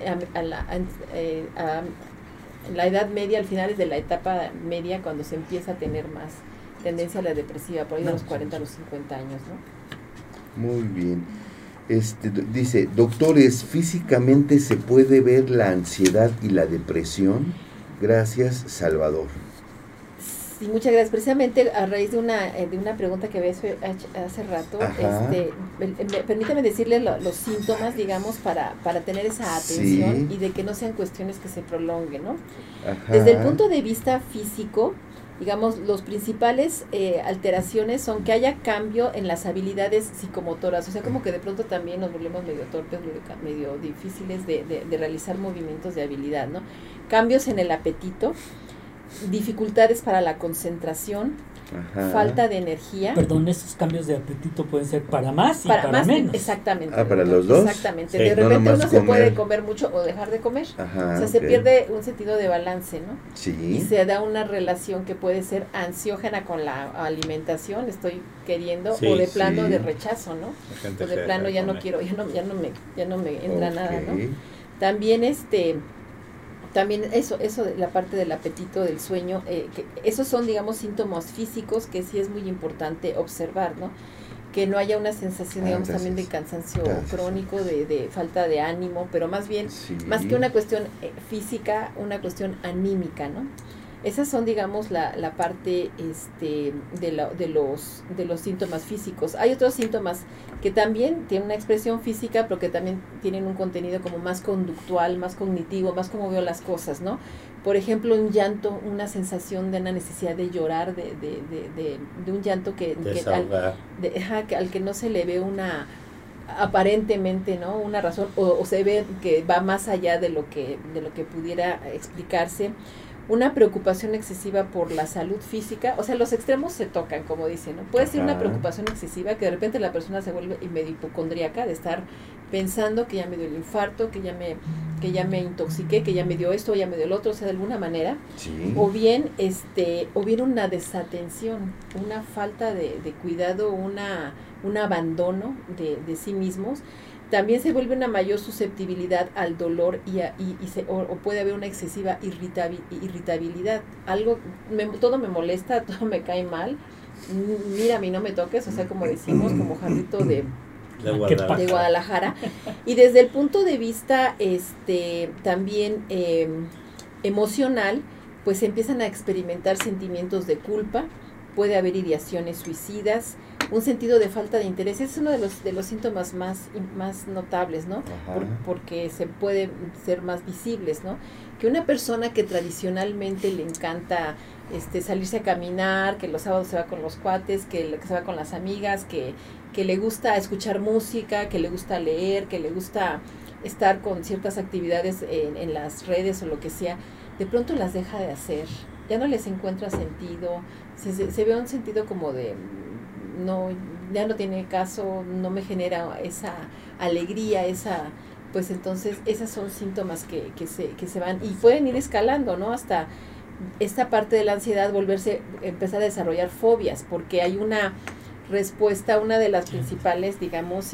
en la edad media, al final de la etapa media, cuando se empieza a tener más tendencia a la depresiva, por ahí de los 40 a los 50 años, ¿no? Muy bien. Dice, doctores, ¿físicamente se puede ver la ansiedad y la depresión? Gracias, Salvador. Sí, muchas gracias. Precisamente a raíz de una pregunta que había hecho hace rato, permítame decirle los síntomas, digamos, para tener esa atención, sí, y de que no sean cuestiones que se prolonguen, ¿no? Ajá. Desde el punto de vista físico, digamos, los principales alteraciones son que haya cambio en las habilidades psicomotoras, o sea, como que de pronto también nos volvemos medio torpes, medio difíciles de realizar movimientos de habilidad, ¿no? Cambios en el apetito, dificultades para la concentración, ajá, falta de energía. Perdón, esos cambios de apetito pueden ser para más y para menos. Exactamente. ¿Para los dos? Exactamente. Sí, de repente uno se puede comer mucho o dejar de comer. Ajá, o sea, se pierde un sentido de balance, ¿no? Sí. Y se da una relación que puede ser ansiógena con la alimentación, estoy queriendo, sí, o de plano, sí, de rechazo, ¿no? O de plano ya no quiero, ya no me entra nada, ¿no? También También eso de la parte del apetito, del sueño, que esos son, digamos, síntomas físicos que sí es muy importante observar, ¿no? Que no haya una sensación, digamos, también de cansancio crónico, de falta de ánimo, pero más bien, sí, más que una cuestión física, una cuestión anímica, ¿no? Esas son, digamos, la parte de los síntomas físicos. Hay otros síntomas que también tienen una expresión física, pero que también tienen un contenido como más conductual, más cognitivo, más como veo las cosas, ¿no? Por ejemplo, un llanto, una sensación de una necesidad de llorar, de un llanto que al que no se le ve aparentemente, ¿no? Una razón, o se ve que va más allá de lo que pudiera explicarse. Una preocupación excesiva por la salud física, o sea, los extremos se tocan, como dicen, ¿no? Puede ser una preocupación excesiva que de repente la persona se vuelve medio hipocondríaca, de estar pensando que ya me dio el infarto, que ya me intoxiqué, que ya me dio esto, ya me dio el otro, o sea, de alguna manera, sí, o bien una desatención, una falta de cuidado, un abandono de sí mismos. También se vuelve una mayor susceptibilidad al dolor o puede haber una excesiva irritabilidad. Todo me molesta, todo me cae mal. Mira, a mí no me toques, o sea, como decimos, como jarrito de de Guadalajara. Y desde el punto de vista también emocional, pues empiezan a experimentar sentimientos de culpa, puede haber ideaciones suicidas, un sentido de falta de interés. Es uno de los síntomas más notables, ¿no? Porque se puede ser más visibles, ¿no? Que una persona que tradicionalmente le encanta salirse a caminar, que los sábados se va con los cuates, que se va con las amigas, que le gusta escuchar música, que le gusta leer, que le gusta estar con ciertas actividades en las redes o lo que sea, de pronto las deja de hacer, ya no les encuentra sentido, se ve un sentido como de no, ya no tiene caso, no me genera esa alegría, pues entonces esos son síntomas que se van y pueden ir escalando, ¿no? Hasta esta parte de la ansiedad empezar a desarrollar fobias, porque hay una respuesta, una de las principales, digamos,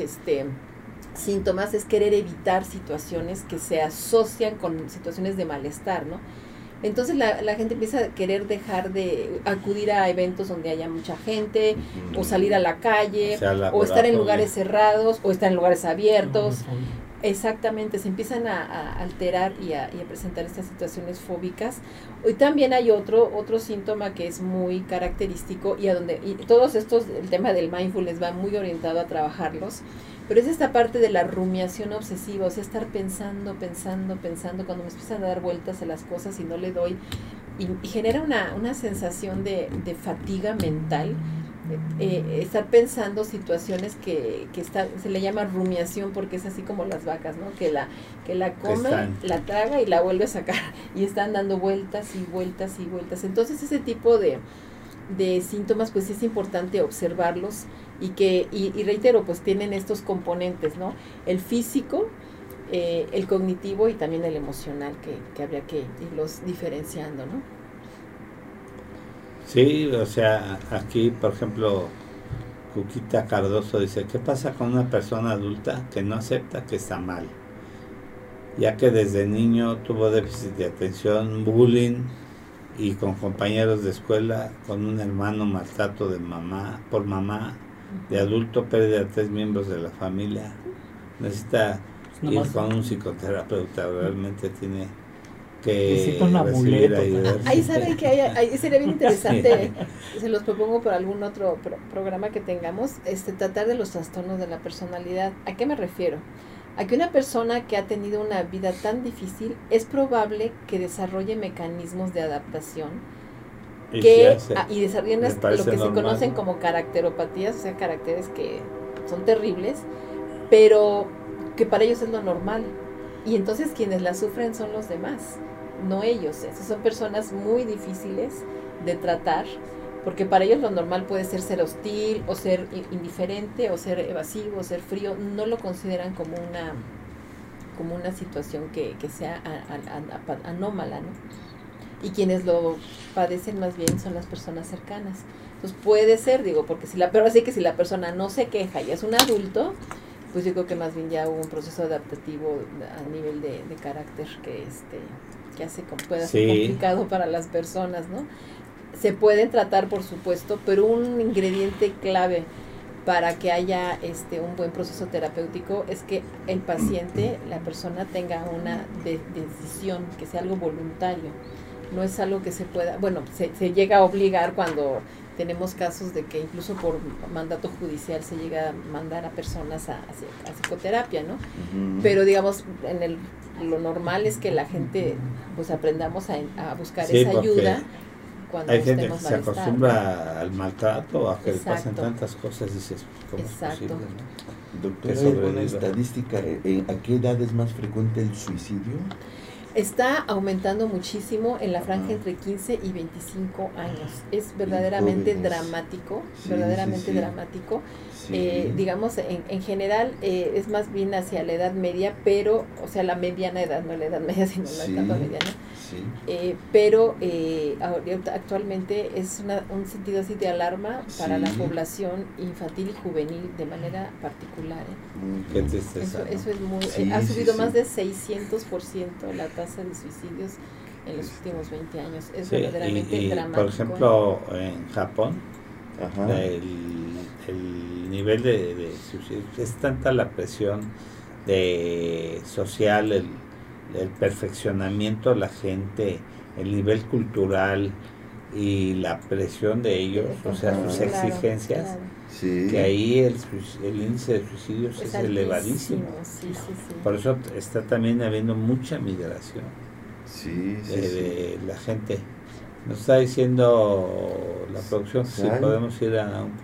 síntomas es querer evitar situaciones que se asocian con situaciones de malestar, ¿no? Entonces la gente empieza a querer dejar de acudir a eventos donde haya mucha gente, o salir a la calle, o estar en lugares cerrados, o estar en lugares abiertos. Exactamente, se empiezan a alterar y a presentar estas situaciones fóbicas. Hoy también hay otro síntoma que es muy característico y todos estos, el tema del mindfulness va muy orientado a trabajarlos, pero es esta parte de la rumiación obsesiva, o sea, estar pensando, cuando me empiezan a dar vueltas a las cosas y no le doy, y genera una sensación de fatiga mental, estar pensando situaciones que se le llama rumiación, porque es así como las vacas, ¿no? Que la come, la traga y la vuelve a sacar, y están dando vueltas y vueltas y vueltas. Entonces ese tipo de síntomas, pues es importante observarlos y reitero, pues tienen estos componentes, ¿no? El físico, el cognitivo y también el emocional, que habría que irlos diferenciando, ¿no? Sí, o sea, aquí, por ejemplo, Cuquita Cardoso dice, ¿qué pasa con una persona adulta que no acepta que está mal? Ya que desde niño tuvo déficit de atención, bullying, y con compañeros de escuela, con un hermano maltrato por mamá, de adulto pérdida de 3 miembros de la familia, necesita ir con un psicoterapeuta, realmente tiene que recibir ayuda. Ahí saben que ahí sería bien interesante, se los propongo por algún otro programa que tengamos, tratar de los trastornos de la personalidad. ¿A qué me refiero? A que una persona que ha tenido una vida tan difícil es probable que desarrolle mecanismos de adaptación y desarrollen lo que se conocen como caracteropatías, o sea, caracteres que son terribles, pero que para ellos es lo normal. Y entonces quienes la sufren son los demás, no ellos. Esas son personas muy difíciles de tratar, porque para ellos lo normal puede ser hostil, o ser indiferente, o ser evasivo, o ser frío. No lo consideran como una situación que sea anómala, ¿no? Y quienes lo padecen más bien son las personas cercanas. Entonces puede ser, porque pero así que si la persona no se queja y es un adulto, pues yo creo que más bien ya hubo un proceso adaptativo a nivel de carácter que hace pueda ser complicado para las personas, ¿no? Se pueden tratar, por supuesto, pero un ingrediente clave para que haya un buen proceso terapéutico es que el paciente, la persona, tenga una decisión, que sea algo voluntario. No es algo que se pueda, se llega a obligar cuando tenemos casos de que incluso por mandato judicial se llega a mandar a personas a psicoterapia, ¿no? Uh-huh. Pero digamos, lo normal es que la gente pues aprendamos a buscar esa ayuda. Hay gente que se acostumbra al maltrato, a que le pasen tantas cosas, dices, ¿cómo es posible, no? Doctora, ¿hay alguna estadística? ¿A qué edad es más frecuente el suicidio? Está aumentando muchísimo en la franja entre 15 y 25 años. Es verdaderamente dramático, dramático. Sí. Digamos, en general es más bien hacia la edad media, pero, o sea, la mediana edad, no la edad media, sino la etapa mediana. Sí. Pero actualmente es un sentido así de alarma para la población infantil y juvenil de manera particular. Qué tristeza, eso es muy... ha subido más de 600% la tasa de suicidios en los últimos 20 años. Es verdaderamente dramático. Por ejemplo, en Japón, el nivel de suicidio. Es tanta la presión social, el perfeccionamiento de la gente, el nivel cultural y la presión de ellos, o sea, sus exigencias, claro. Sí. que ahí el índice de suicidios es elevadísimo. Sí. Por eso está también habiendo mucha migración Sí, de la gente. Nos está diciendo la producción si podemos ir a un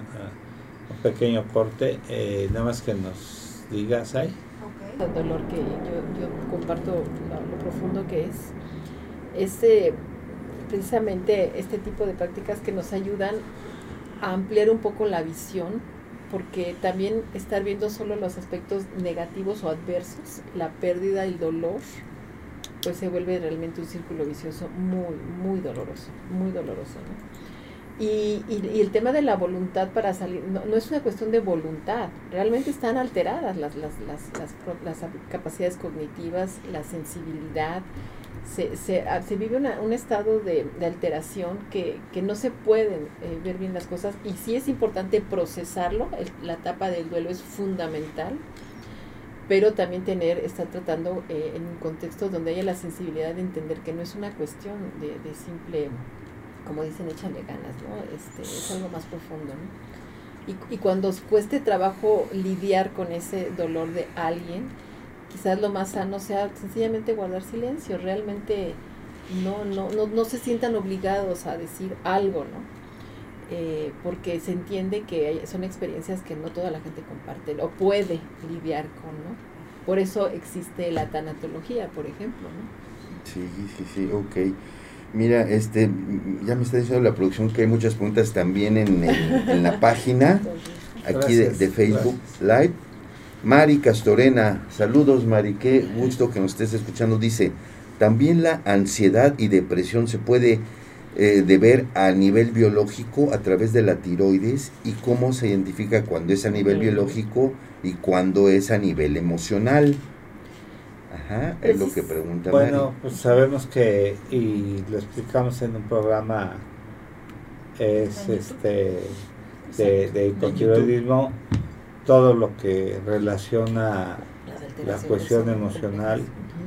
pequeño corte, nada más que nos digas ahí. El dolor que yo comparto lo profundo que es precisamente este tipo de prácticas que nos ayudan a ampliar un poco la visión, porque también estar viendo solo los aspectos negativos o adversos, la pérdida, el dolor, pues se vuelve realmente un círculo vicioso muy doloroso, ¿no? Y el tema de la voluntad para salir, no es una cuestión de voluntad, realmente están alteradas las capacidades cognitivas, la sensibilidad, se vive un estado de alteración que no se pueden ver bien las cosas, y sí es importante procesarlo. La etapa del duelo es fundamental, pero también estar tratando en un contexto donde haya la sensibilidad de entender que no es una cuestión de simple, como dicen, échale ganas, ¿no? Es algo más profundo, ¿no? Y cuando os cueste trabajo lidiar con ese dolor de alguien, quizás lo más sano sea sencillamente guardar silencio, realmente no se sientan obligados a decir algo, ¿no? Porque se entiende que son experiencias que no toda la gente comparte o puede lidiar con, ¿no? Por eso existe la tanatología, por ejemplo, ¿no? Sí, ok. Mira, ya me está diciendo la producción que hay muchas preguntas también en la página, aquí de Facebook Live. Mari Castorena, saludos Mari, qué gusto que nos estés escuchando. Dice, también la ansiedad y depresión se puede deber a nivel biológico a través de la tiroides, y cómo se identifica cuando es a nivel biológico y cuando es a nivel emocional. Ajá, es lo que pregunta Mari. Bueno, pues sabemos que, y lo explicamos en un programa, es de hipotiroidismo, todo lo que relaciona la cuestión emocional,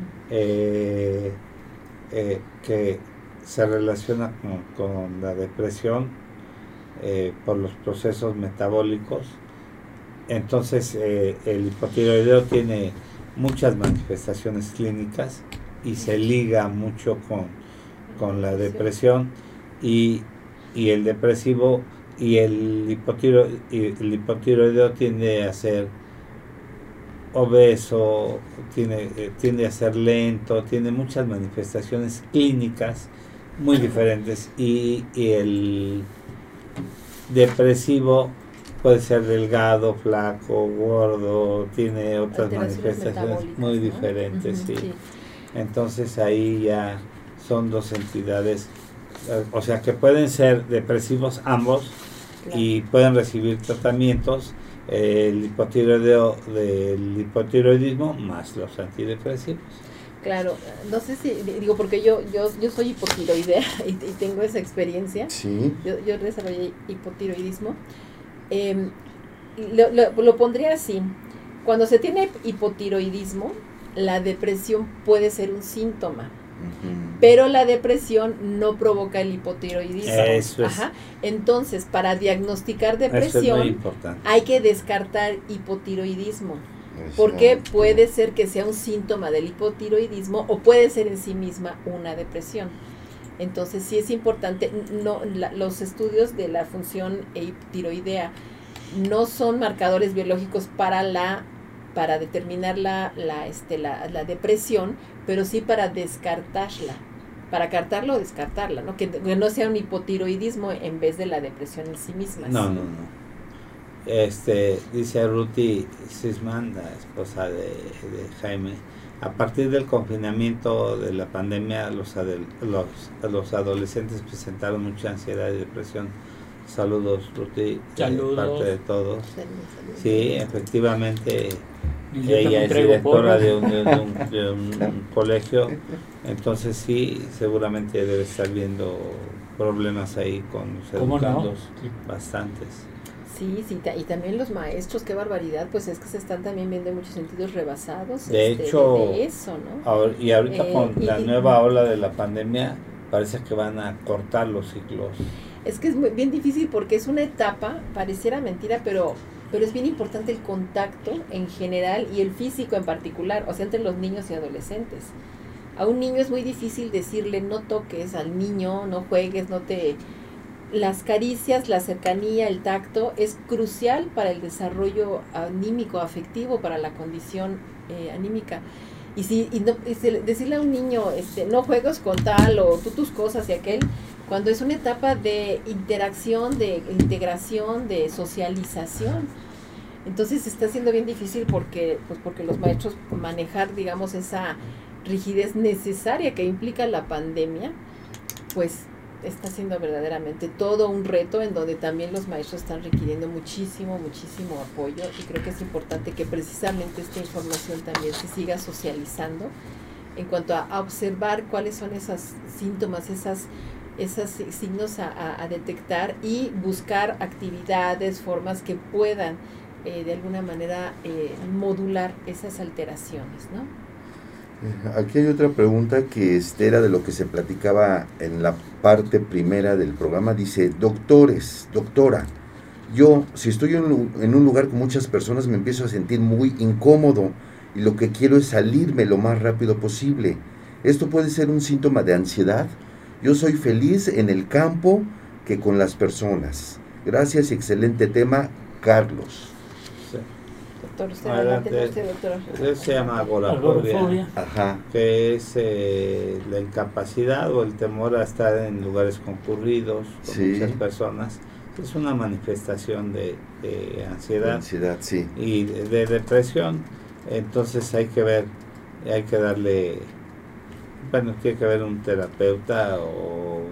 que se relaciona con la depresión por los procesos metabólicos. Entonces el hipotiroideo tiene muchas manifestaciones clínicas y se liga mucho con la depresión, y el depresivo y el hipotiroideo tiende a ser obeso, tiende a ser lento, tiene muchas manifestaciones clínicas muy diferentes, y el depresivo puede ser delgado, flaco, gordo, tiene otras manifestaciones muy diferentes, ¿no? Sí. Entonces ahí ya son dos entidades, o sea que pueden ser depresivos ambos, claro, y pueden recibir tratamientos, el hipotiroideo del hipotiroidismo más los antidepresivos. Claro, no sé si, digo, porque yo soy hipotiroidea y tengo esa experiencia. Sí. Yo desarrollé hipotiroidismo. Lo pondría así: cuando se tiene hipotiroidismo, la depresión puede ser un síntoma, pero la depresión no provoca el hipotiroidismo. Eso es. Ajá. Entonces, para diagnosticar depresión hay que descartar hipotiroidismo, porque puede ser que sea un síntoma del hipotiroidismo o puede ser en sí misma una depresión. Entonces sí es importante, los estudios de la función tiroidea no son marcadores biológicos para determinar la depresión, pero sí para descartarla, para cartarla o descartarla, ¿no? Que no sea un hipotiroidismo en vez de la depresión en sí misma. No. Dice Ruti Sisman, la esposa de Jaime, a partir del confinamiento de la pandemia, los adolescentes presentaron mucha ansiedad y depresión. Saludos, Ruti, de parte de todos. Sí, efectivamente, ella es directora de un colegio, entonces sí, seguramente debe estar viendo problemas ahí con los educandos, bastantes. Sí, sí, y también los maestros, qué barbaridad, pues es que se están también viendo en muchos sentidos rebasados De hecho, de eso, ¿no? Y ahorita con la nueva ola de la pandemia, parece que van a cortar los ciclos. Es que es muy, bien difícil porque es una etapa, pareciera mentira, pero es bien importante el contacto en general y el físico en particular, o sea, entre los niños y adolescentes. A un niño es muy difícil decirle no toques al niño, no juegues, no te... Las caricias, la cercanía, el tacto es crucial para el desarrollo anímico, afectivo, para la condición anímica. Y decirle a un niño, no juegues con tal o tú tus cosas y aquel, cuando es una etapa de interacción, de integración, de socialización. Entonces está siendo bien difícil porque los maestros manejar, digamos, esa rigidez necesaria que implica la pandemia, pues está siendo verdaderamente todo un reto en donde también los maestros están requiriendo muchísimo apoyo, y creo que es importante que precisamente esta información también se siga socializando en cuanto a observar cuáles son esos síntomas, esos signos a detectar y buscar actividades, formas que puedan de alguna manera modular esas alteraciones, ¿no? Aquí hay otra pregunta que era de lo que se platicaba en la parte primera del programa. Dice, doctora, yo si estoy en un lugar con muchas personas me empiezo a sentir muy incómodo y lo que quiero es salirme lo más rápido posible. ¿Esto puede ser un síntoma de ansiedad? Yo soy feliz en el campo que con las personas. Gracias y excelente tema, Carlos. Doctor, usted adelante, doctor. Eso se llama agorafobia, Ajá. Que es la incapacidad o el temor a estar en lugares concurridos con muchas personas. Es una manifestación de ansiedad, Sí. Y de depresión. Entonces hay que darle, bueno, tiene que haber un terapeuta o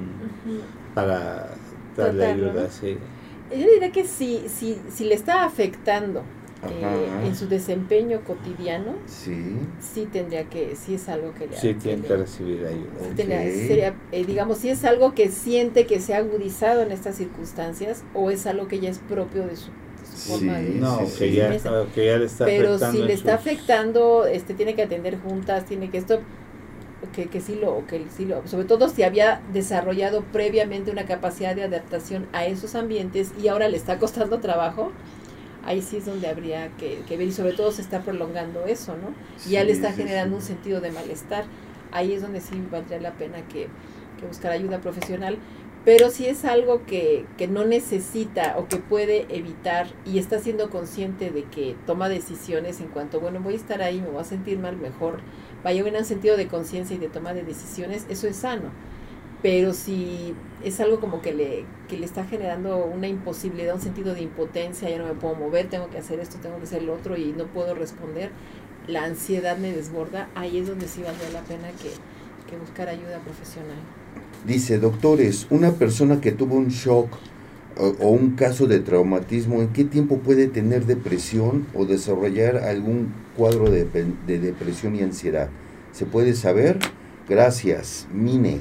para darle ayuda, sí. Yo diría que si le está afectando en su desempeño cotidiano, sí tendría que, sí es algo que le tiene que recibir ayuda. Sería, digamos, si es algo que siente que se ha agudizado en estas circunstancias o es algo que ya es propio de su forma de... No, que ya le está pero afectando. Si le está afectando, tiene que atender juntas, tiene que que sí lo, sobre todo si había desarrollado previamente una capacidad de adaptación a esos ambientes y ahora le está costando trabajo, ahí sí es donde habría que ver, y sobre todo se está prolongando eso, ¿no? Y ya le está generando un sentido de malestar. Ahí es donde sí valdría la pena que buscar ayuda profesional. Pero si es algo que no necesita o que puede evitar y está siendo consciente de que toma decisiones en cuanto, bueno, voy a estar ahí, me voy a sentir mal, mejor vaya en un sentido de conciencia y de toma de decisiones, eso es sano. Pero si es algo como que le está generando una imposibilidad, un sentido de impotencia, ya no me puedo mover, tengo que hacer esto, tengo que hacer lo otro y no puedo responder, la ansiedad me desborda, ahí es donde sí valdría la pena que buscar ayuda profesional. Dice, doctores, una persona que tuvo un shock o un caso de traumatismo, ¿en qué tiempo puede tener depresión o desarrollar algún cuadro de depresión y ansiedad? ¿Se puede saber? Gracias, Mine.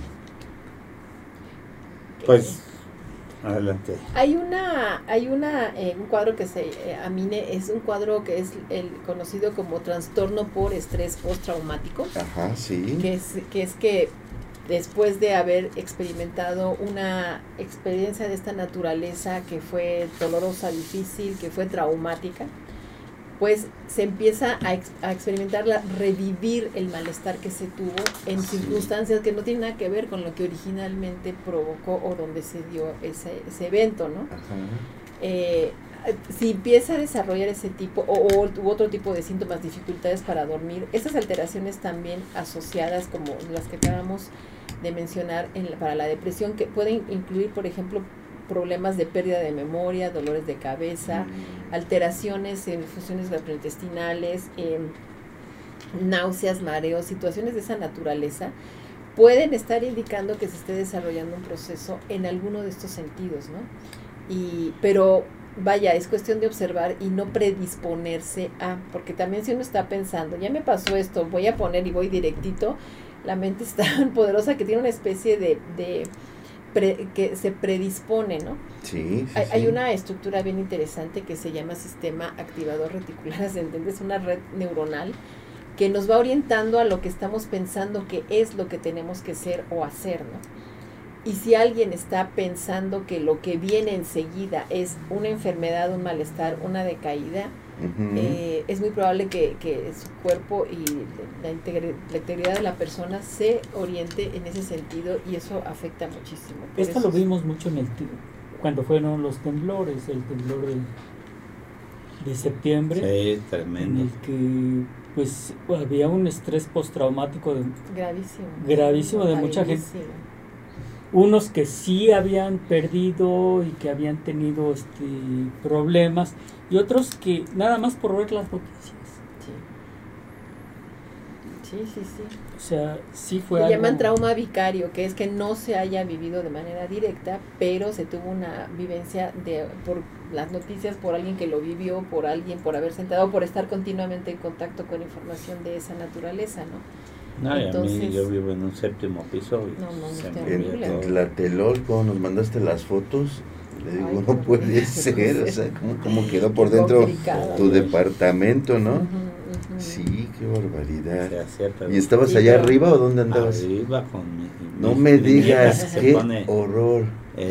Pues, adelante. Hay un cuadro que Mine es un cuadro que es el conocido como trastorno por estrés postraumático. Ajá, sí. Que después de haber experimentado una experiencia de esta naturaleza que fue dolorosa, difícil, que fue traumática, pues se empieza a experimentar, revivir el malestar que se tuvo en circunstancias que no tienen nada que ver con lo que originalmente provocó o donde se dio ese evento, ¿no? Si empieza a desarrollar ese tipo u otro tipo de síntomas, dificultades para dormir, esas alteraciones también asociadas como las que acabamos de mencionar para la depresión, que pueden incluir, por ejemplo, problemas de pérdida de memoria, dolores de cabeza, alteraciones en funciones gastrointestinales, náuseas, mareos, situaciones de esa naturaleza, pueden estar indicando que se esté desarrollando un proceso en alguno de estos sentidos, ¿no? Pero vaya, es cuestión de observar y no predisponerse porque también si uno está pensando, ya me pasó esto, voy a poner y voy directito, la mente es tan poderosa que tiene una especie de que se predispone, ¿no? Sí, Hay una estructura bien interesante que se llama sistema activador reticular ascendente, es una red neuronal que nos va orientando a lo que estamos pensando que es lo que tenemos que ser o hacer, ¿no? Y si alguien está pensando que lo que viene enseguida es una enfermedad, un malestar, una decaída, es muy probable que su cuerpo y la integridad de la persona se oriente en ese sentido, y eso afecta muchísimo. Esto lo vimos mucho cuando fueron los temblores, el temblor de septiembre. Sí, tremendo. En el que pues había un estrés postraumático gravísimo de mucha gente. Unos que sí habían perdido y que habían tenido problemas, y otros que nada más por ver las noticias. Sí. O sea, sí fue Le algo... llaman trauma vicario, que es que no se haya vivido de manera directa, pero se tuvo una vivencia por las noticias, por alguien que lo vivió, por haber sentado, por estar continuamente en contacto con información de esa naturaleza, ¿no? No, entonces, y a mí yo vivo en un 7º piso. No, en Tlatelolco nos mandaste las fotos. Le digo, no puede ser, o sea, ¿cómo quedó por dentro tu departamento, no? Sí, qué barbaridad. ¿Y estabas allá arriba o dónde andabas? Arriba con no me digas, qué horror.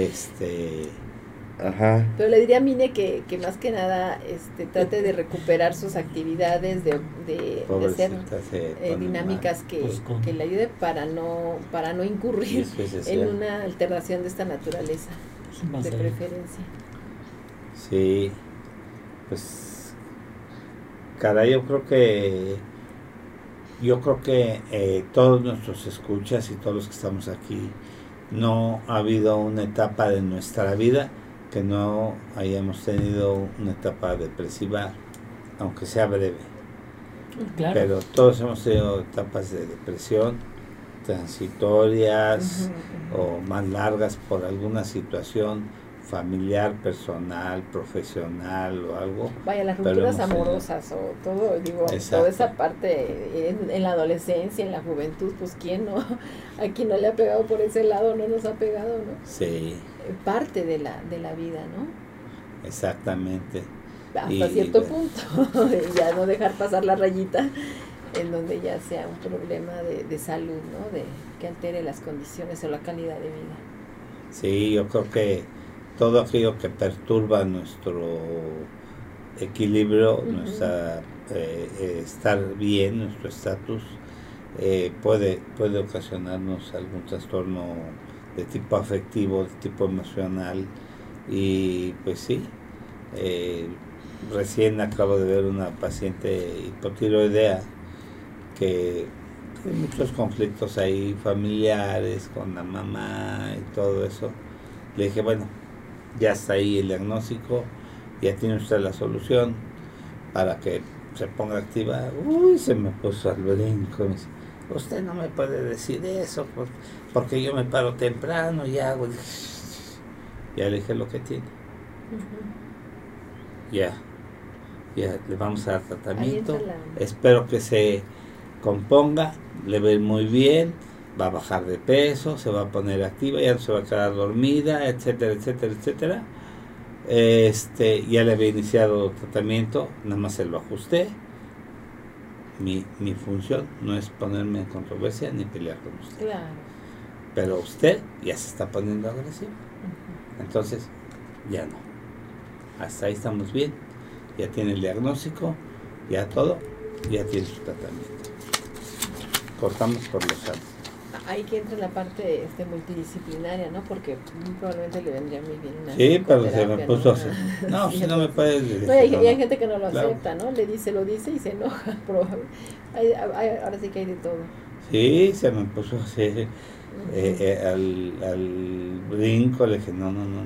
Ajá. Pero le diría a Mine que más que nada trate de recuperar sus actividades, de hacer dinámicas que le ayude para no incurrir en una alteración de esta naturaleza, de preferencia. Sí, pues caray, yo creo que todos nuestros escuchas y todos los que estamos aquí, no ha habido una etapa de nuestra vida que no hayamos tenido una etapa depresiva, aunque sea breve. Claro. Pero todos hemos tenido etapas de depresión transitorias o más largas por alguna situación familiar, personal, profesional o algo. Vaya, las rupturas amorosas o todo, toda esa parte en la adolescencia, en la juventud, pues quién no, aquí no le ha pegado por ese lado, no nos ha pegado, ¿no? Sí. Parte de la vida, ¿no? Exactamente. Hasta cierto punto, ya no dejar pasar la rayita en donde ya sea un problema de salud, ¿no? De que altere las condiciones o la calidad de vida. Sí, yo creo que todo aquello que perturba nuestro equilibrio, nuestra estar bien, nuestro estatus, puede ocasionarnos algún trastorno de tipo afectivo, de tipo emocional. Y pues sí, recién acabo de ver una paciente hipotiroidea que tiene muchos conflictos ahí familiares con la mamá y todo eso. Le dije, bueno, ya está ahí el diagnóstico, ya tiene usted la solución para que se ponga activa. Uy, se me puso al brinco. Me dice, usted no me puede decir eso porque yo me paro temprano y hago. Ya le dije lo que tiene. Ya le vamos a dar tratamiento. Espero que se componga, le va a ir muy bien, va a bajar de peso, se va a poner activa, ya no se va a quedar dormida, etcétera, etcétera, etcétera. Ya le había iniciado tratamiento, nada más se lo ajusté. Mi función no es ponerme en controversia ni pelear con usted. Claro. Pero usted ya se está poniendo agresivo. Entonces, ya no. Hasta ahí estamos bien. Ya tiene el diagnóstico, ya todo, ya tiene su tratamiento. Cortamos por los años. Ahí que entra la parte multidisciplinaria, ¿no? Porque muy probablemente le vendría muy bien una sí, pero se me puso así. No, si no me puedes decir. No, hay gente que no lo acepta, ¿no? Lo dice y se enoja. Ahora sí que hay de todo. Sí, se me puso así. Al brinco le dije, no.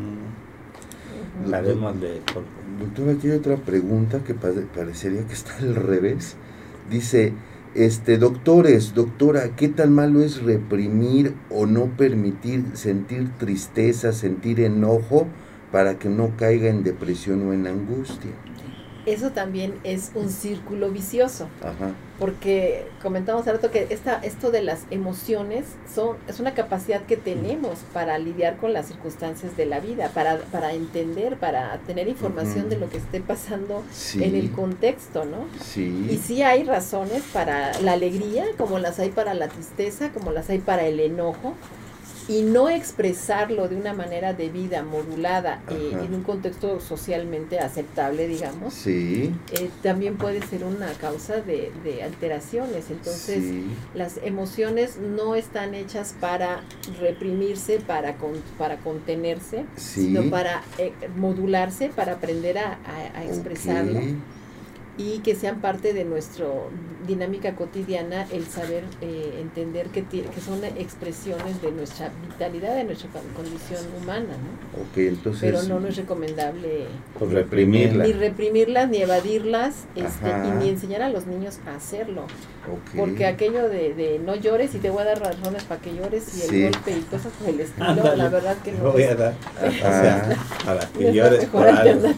Doctora, aquí hay otra pregunta que parecería que está al revés. Dice, doctora, ¿qué tan malo es reprimir o no permitir sentir tristeza, sentir enojo para que no caiga en depresión o en angustia? eso también es un círculo vicioso. Ajá. Porque comentamos hace rato que esto de las emociones es una capacidad que tenemos para lidiar con las circunstancias de la vida, para entender, para tener información de lo que esté pasando en el contexto, ¿no? Sí. Y sí hay razones para la alegría, como las hay para la tristeza, como las hay para el enojo, y no expresarlo de una manera debida, modulada, en un contexto socialmente aceptable, digamos, sí. También puede ser una causa de alteraciones. Entonces, las emociones no están hechas para reprimirse, para contenerse, sino para modularse, para aprender a expresarlo. Y que sean parte de nuestra dinámica cotidiana, el saber entender que son expresiones de nuestra vitalidad, de nuestra condición humana, ¿no? Entonces, pero no es recomendable reprimirlas. Ni reprimirlas, ni evadirlas, y ni enseñar a los niños a hacerlo. Porque aquello de no llores y te voy a dar razones para que llores y el golpe y cosas por el estilo, Ándale, la verdad que no voy a dar, para que llores por algo.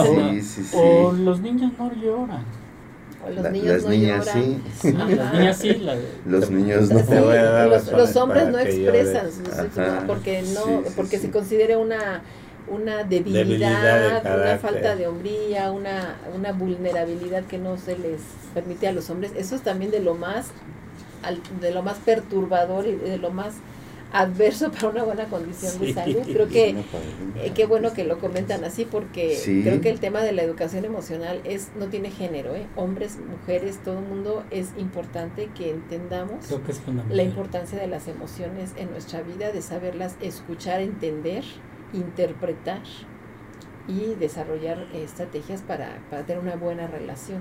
O los niños no lloran. O los niños las niñas lloran. sí. Las niñas sí. Los niños no. Te voy a dar los hombres no expresan llores. porque se considera una debilidad, una falta de hombría, una vulnerabilidad que no se les permite a los hombres. Eso es también de lo más perturbador y de lo más adverso para una buena condición de salud. Creo que qué bueno que lo comentan así, porque creo que el tema de la educación emocional no tiene género, hombres, mujeres, todo el mundo. Es importante que entendamos la importancia de las emociones en nuestra vida, de saberlas escuchar, entender, interpretar y desarrollar estrategias para tener una buena relación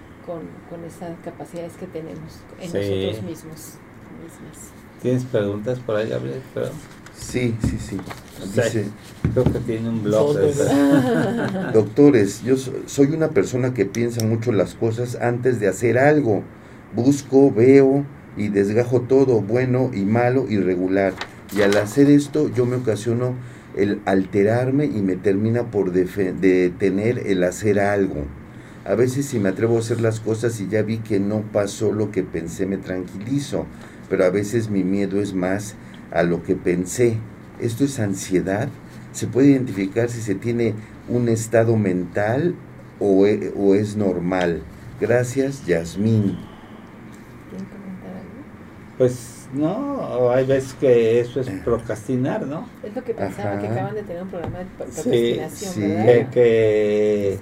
con esas capacidades que tenemos en nosotros mismos. ¿Tienes preguntas por ahí, Gabriel? Sí. Dice, creo que tiene un blog. Doctores, yo soy una persona que piensa mucho las cosas antes de hacer algo. Busco, veo y desgajo todo, bueno y malo y regular. Y al hacer esto yo me ocasiono el alterarme y me termina por detener el hacer algo. A veces si me atrevo a hacer las cosas y ya vi que no pasó lo que pensé, me tranquilizo, pero a veces mi miedo es más a lo que pensé. ¿Esto es ansiedad? ¿Se puede identificar si se tiene un estado mental o es normal? Gracias, Yasmín. ¿Quieren comentar algo? Pues no, hay veces que eso es procrastinar, ¿no? Es lo que pensaba, que acaban de tener un programa de procrastinación, ¿verdad? Que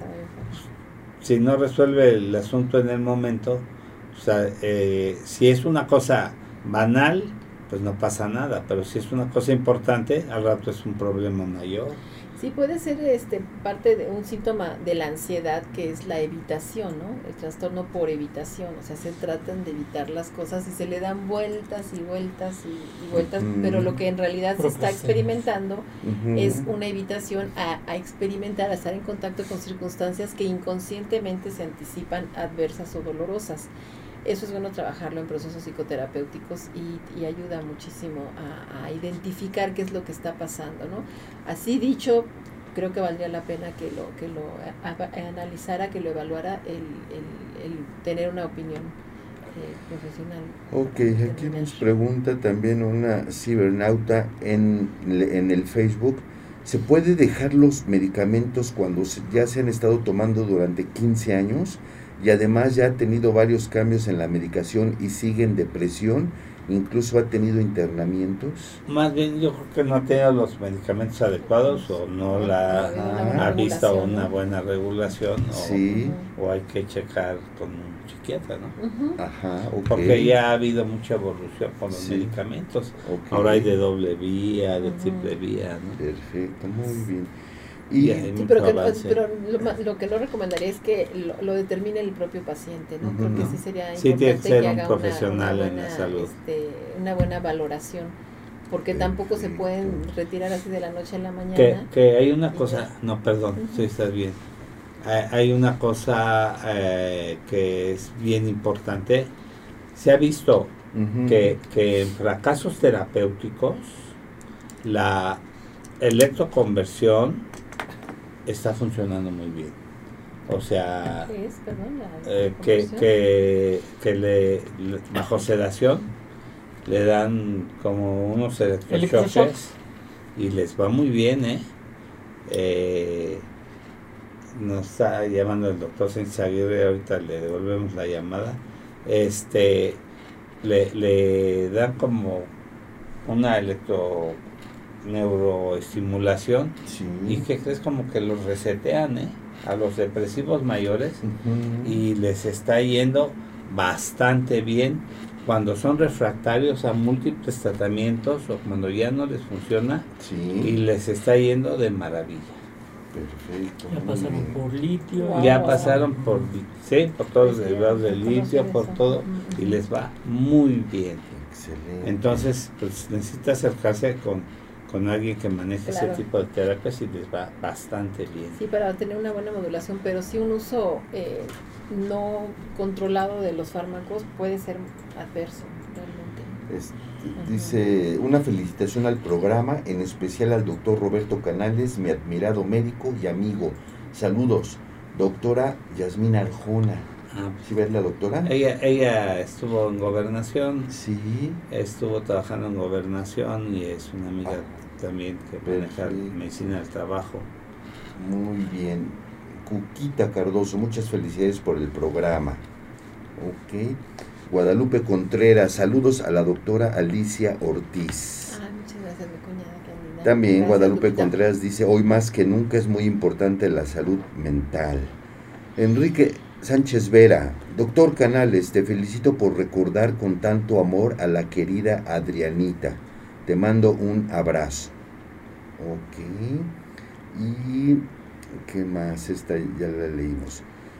si no resuelve el asunto en el momento, o sea, si es una cosa banal, pues no pasa nada, pero si es una cosa importante, al rato es un problema mayor. Sí, puede ser parte de un síntoma de la ansiedad, que es la evitación, ¿no? El trastorno por evitación, o sea, se tratan de evitar las cosas y se le dan vueltas y vueltas y vueltas, pero lo que en realidad se está experimentando es una evitación a experimentar, a estar en contacto con circunstancias que inconscientemente se anticipan adversas o dolorosas. Eso es bueno trabajarlo en procesos psicoterapéuticos y ayuda muchísimo a identificar qué es lo que está pasando, ¿no? Así dicho, creo que valdría la pena que lo analizara, que lo evaluara, el tener una opinión profesional. Ok, aquí nos pregunta también una cibernauta en el Facebook. ¿Se puede dejar los medicamentos cuando ya se han estado tomando durante 15 años? Y además ya ha tenido varios cambios en la medicación y sigue en depresión, incluso ha tenido internamienos. Más bien yo creo que no ha tenido los medicamentos adecuados o no ha visto una buena regulación o hay que checar con un psiquiatra, ¿no? Ajá, okay. Porque ya ha habido mucha evolución con los medicamentos. Okay. Ahora hay de doble vía, de triple vía, ¿no? Perfecto, muy bien. Pero lo que no recomendaría es que lo determine el propio paciente, ¿no? Porque sí sería importante que haga un profesional en la salud. Una buena valoración, porque tampoco se pueden retirar así de la noche a la mañana. Que hay una cosa, sí estás bien. Hay una cosa que es bien importante. Se ha visto que en fracasos terapéuticos la electroconversión está funcionando muy bien. O sea, ¿Qué es? Perdón, bajo sedación le dan como unos electrochoques y les va muy bien, nos está llamando el doctor Sánchez Aguirre, ahorita le devolvemos la llamada. Le dan como una neuroestimulación. Sí. Y que crees como que los resetean, a los depresivos mayores, y les está yendo bastante bien cuando son refractarios a múltiples tratamientos o cuando ya no les funciona. Sí. Y les está yendo de maravilla. Perfecto. Ya pasaron por litio. Wow. Ya pasaron por todos los derivados del litio, por todo, y les va muy bien. Excelente. Entonces, pues necesita acercarse con alguien que maneje ese tipo de terapias y les va bastante bien. Sí, para tener una buena modulación, pero sí un uso no controlado de los fármacos puede ser adverso, realmente. Dice, una felicitación al programa, en especial al doctor Roberto Canales, mi admirado médico y amigo. Saludos, doctora Yasmina Arjona. ¿Sí ves la doctora? Ella estuvo en Gobernación. Sí. Estuvo trabajando en Gobernación y es una amiga también que maneja medicina del trabajo. Muy bien. Cuquita Cardoso, muchas felicidades por el programa. Ok. Guadalupe Contreras, saludos a la doctora Alicia Ortiz. Muchas gracias, mi cuñada. También Gracias, Guadalupe Lupita. Contreras dice, hoy más que nunca es muy importante la salud mental. Enrique Sánchez Vera, doctor Canales, te felicito por recordar con tanto amor a la querida Adrianita. Te mando un abrazo. Ok. Y ¿qué más? Esta ya la leímos.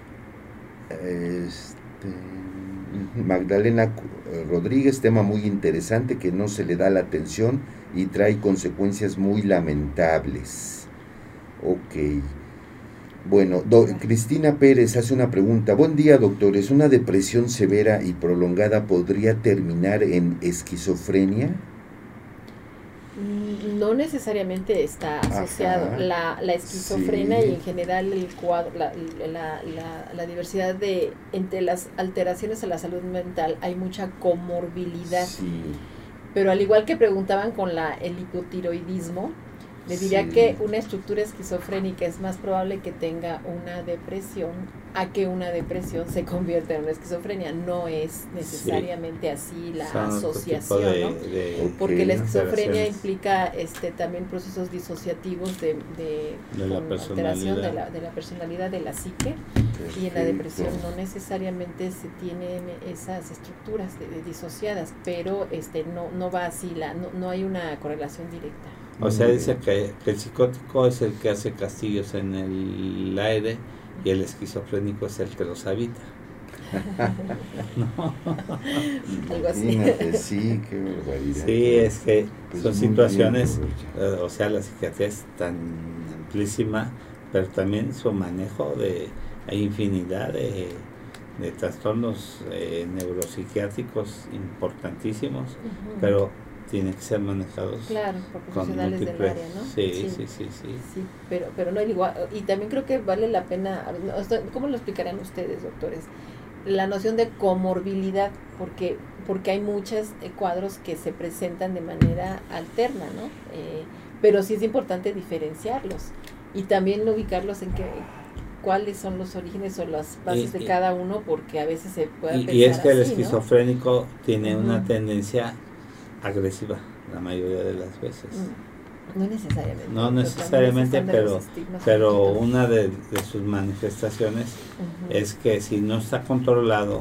Magdalena Rodríguez, tema muy interesante que no se le da la atención y trae consecuencias muy lamentables. Ok. Bueno, Cristina Pérez hace una pregunta. Buen día, doctores. ¿Una depresión severa y prolongada podría terminar en esquizofrenia? No necesariamente está asociado. La esquizofrenia Sí. y en general el cuadro, la diversidad entre las alteraciones a la salud mental, hay mucha comorbilidad. Sí. Pero al igual que preguntaban con el hipotiroidismo, le diría Sí. que una estructura esquizofrénica es más probable que tenga una depresión a que una depresión se convierta en una esquizofrenia. No es necesariamente así la asociación, ¿no? Porque la esquizofrenia implica también procesos disociativos de la alteración de la personalidad, de la psique. Perfecto. Y en la depresión no necesariamente se tienen esas estructuras disociadas, pero no va así, no hay una correlación directa. O sea, dice que el psicótico es el que hace castillos en el aire y el esquizofrénico es el que los habita. ¿No? Algo así. Imagínate, sí, qué barbaridad. Sí, es que pues son situaciones, o sea, la psiquiatría es tan amplísima, pero también su manejo hay infinidad de trastornos neuropsiquiátricos importantísimos, pero tienen que ser manejados por profesionales del área, ¿no? Sí, pero no igual, y también creo que vale la pena, ¿cómo lo explicarán ustedes, doctores? La noción de comorbilidad, porque hay muchos cuadros que se presentan de manera alterna, ¿no? Pero sí es importante diferenciarlos y también ubicarlos en cuáles son los orígenes o las bases de cada uno, porque a veces se puede pensar y es que el así, esquizofrénico tiene una tendencia agresiva la mayoría de las veces. No necesariamente, pero una de sus manifestaciones es que si no está controlado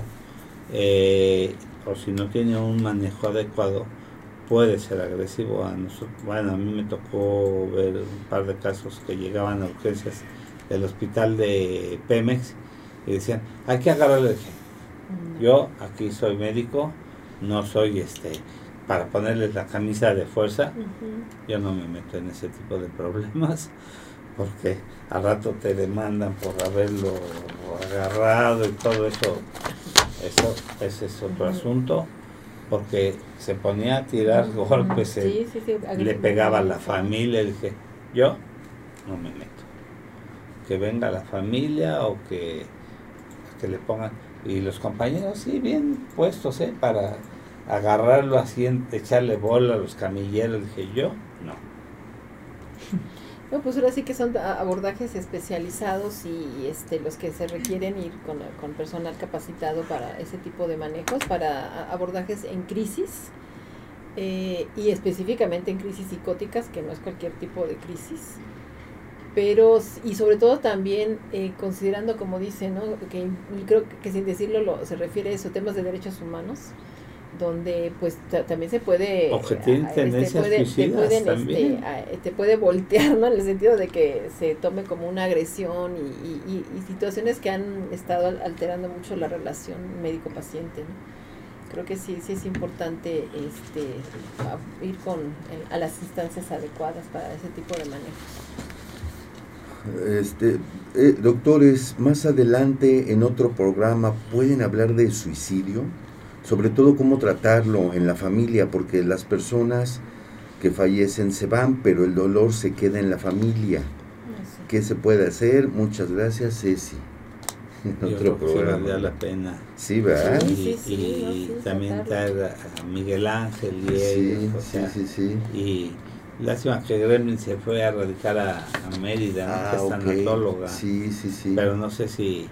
o si no tiene un manejo adecuado, puede ser agresivo. A mí me tocó ver un par de casos que llegaban a urgencias del hospital de Pemex y decían, hay que agarrarle. Yo aquí soy médico, no soy para ponerles la camisa de fuerza. Yo no me meto en ese tipo de problemas porque al rato te demandan por haberlo agarrado y todo eso. Ese es otro asunto, porque se ponía a tirar golpes, le pegaba a la familia. Dije, yo no me meto. que venga la familia o que le pongan, y los compañeros sí bien puestos para agarrarlo así, echarle bola a los camilleros. Dije yo, no. No, pues ahora sí que son abordajes especializados y los que se requieren ir con personal capacitado para ese tipo de manejos, para abordajes en crisis y específicamente en crisis psicóticas, que no es cualquier tipo de crisis, pero y sobre todo también considerando, como dice, ¿no? Que creo que sin decirlo se refiere a eso, temas de derechos humanos, donde pues también se puede te puede voltear, ¿no? En el sentido de que se tome como una agresión y situaciones que han estado alterando mucho la relación médico-paciente, ¿no? Creo que sí es importante ir a las instancias adecuadas para ese tipo de manejos. Doctores, más adelante en otro programa pueden hablar de suicidio, sobre todo cómo tratarlo en la familia, porque las personas que fallecen se van, pero el dolor se queda en la familia. Sí. ¿Qué se puede hacer? Muchas gracias, Ceci. En otro programa. Sí, vale la pena. Sí, ¿verdad? Y también traer a Miguel Ángel y ellos, sí. Y lástima que Gremlin se fue a radicar a Mérida, que es tanatóloga. Sí. Pero no sé si...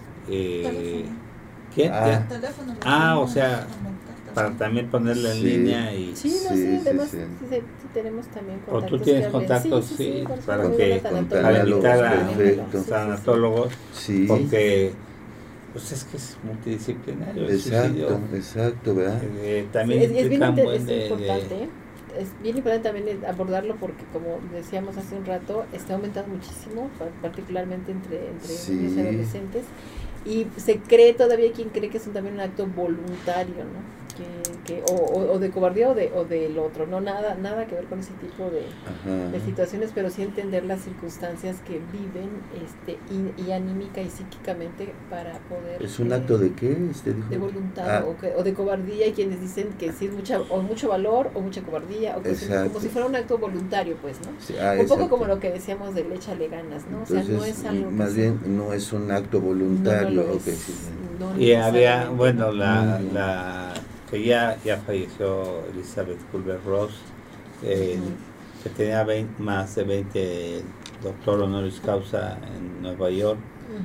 ¿Quién? O sea, para también ponerla en línea y... Además sí tenemos también contactos. O tú tienes contactos, para invitar a tanatólogos, porque pues es que es multidisciplinario. Exacto, ¿verdad? También es bien importante. Es bien importante también abordarlo porque, como decíamos hace un rato, está aumentando muchísimo, particularmente entre niños y adolescentes. Y se cree todavía, quien cree que es también un acto voluntario, ¿no? O de cobardía o del otro, no nada que ver con ese tipo de situaciones, pero sí entender las circunstancias que viven y anímica y psíquicamente para poder... ¿Es un acto de qué? Dijo? De voluntad o de cobardía, y quienes dicen que sí es mucho valor o mucha cobardía, o como si fuera un acto voluntario, pues, ¿no? Sí, un poco como lo que decíamos del échale ganas, ¿no? Entonces, o sea, no es algo más bien no es un acto voluntario. Y había, bueno, que ya falleció Elizabeth Kubler-Ross, que tenía más de 20 doctor honoris causa en Nueva York.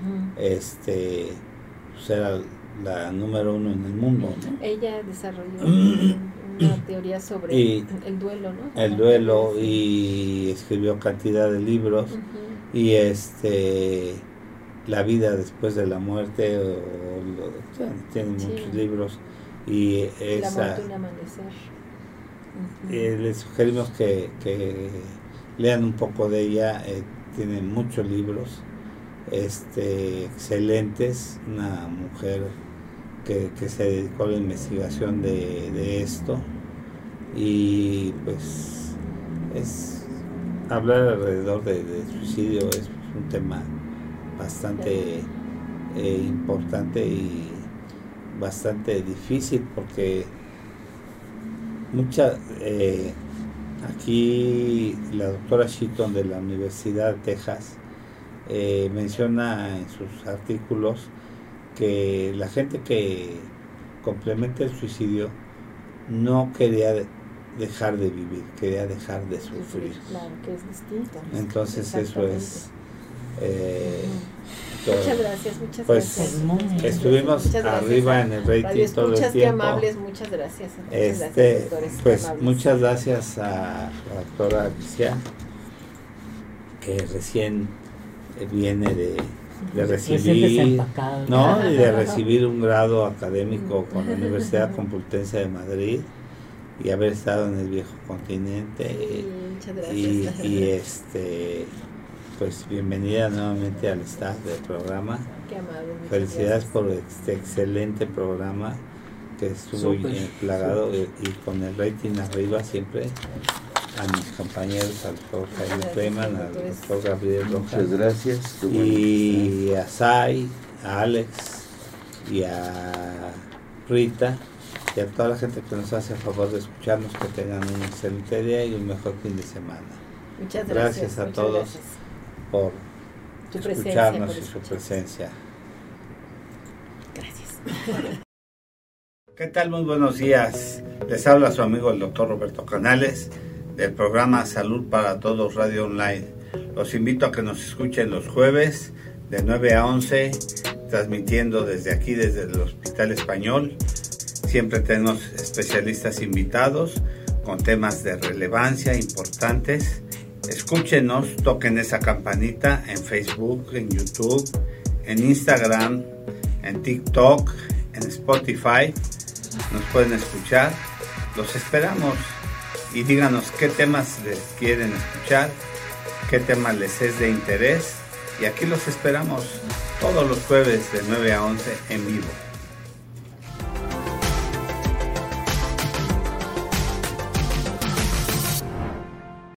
Pues era la número 1 en el mundo, ¿no? Ella desarrolló una teoría sobre el duelo, ¿no? El duelo, y escribió cantidad de libros, y la vida después de la muerte, tiene muchos libros. Y La muerte un amanecer. Les sugerimos que lean un poco de ella. Tiene muchos libros excelentes, una mujer que se dedicó a la investigación de esto, y pues hablar alrededor de suicidio es un tema bastante importante y bastante difícil, porque aquí la doctora Sheaton de la Universidad de Texas menciona en sus artículos que la gente que complementa el suicidio no quería dejar de vivir, quería dejar de sufrir. Claro, que es distinto. Entonces eso es... muchas gracias. Pues estuvimos arriba en el rating todo el tiempo. Qué amables, muchas gracias. Pues muchas gracias a la doctora Alicia, que recién viene de recibir, ¿no? Y de recibir un grado académico con la Universidad Complutense de Madrid, y haber estado en el viejo continente. Muchas gracias. Y pues bienvenida nuevamente al staff del programa. Qué amable. Felicidades por este excelente programa que estuvo plagado y con el rating arriba siempre. A mis compañeros, al doctor Jaime Cleman, al doctor Gabriel Rojas. Muchas gracias. Y a Sai, a Alex y a Rita, y a toda la gente que nos hace el favor de escucharnos. Que tengan un excelente día y un mejor fin de semana. Muchas gracias. Gracias a todos por tu escucharnos presencia, y su presencia. Gracias. ¿Qué tal? Muy buenos días. Les habla su amigo el doctor Roberto Canales del programa Salud para Todos Radio Online. Los invito a que nos escuchen los jueves de 9 a 11, transmitiendo desde aquí, desde el Hospital Español. Siempre tenemos especialistas invitados con temas de relevancia importantes. Escúchenos, toquen esa campanita en Facebook, en YouTube, en Instagram, en TikTok, en Spotify. Nos pueden escuchar. Los esperamos y díganos qué temas les quieren escuchar, qué tema les es de interés, y aquí los esperamos todos los jueves de 9 a 11 en vivo.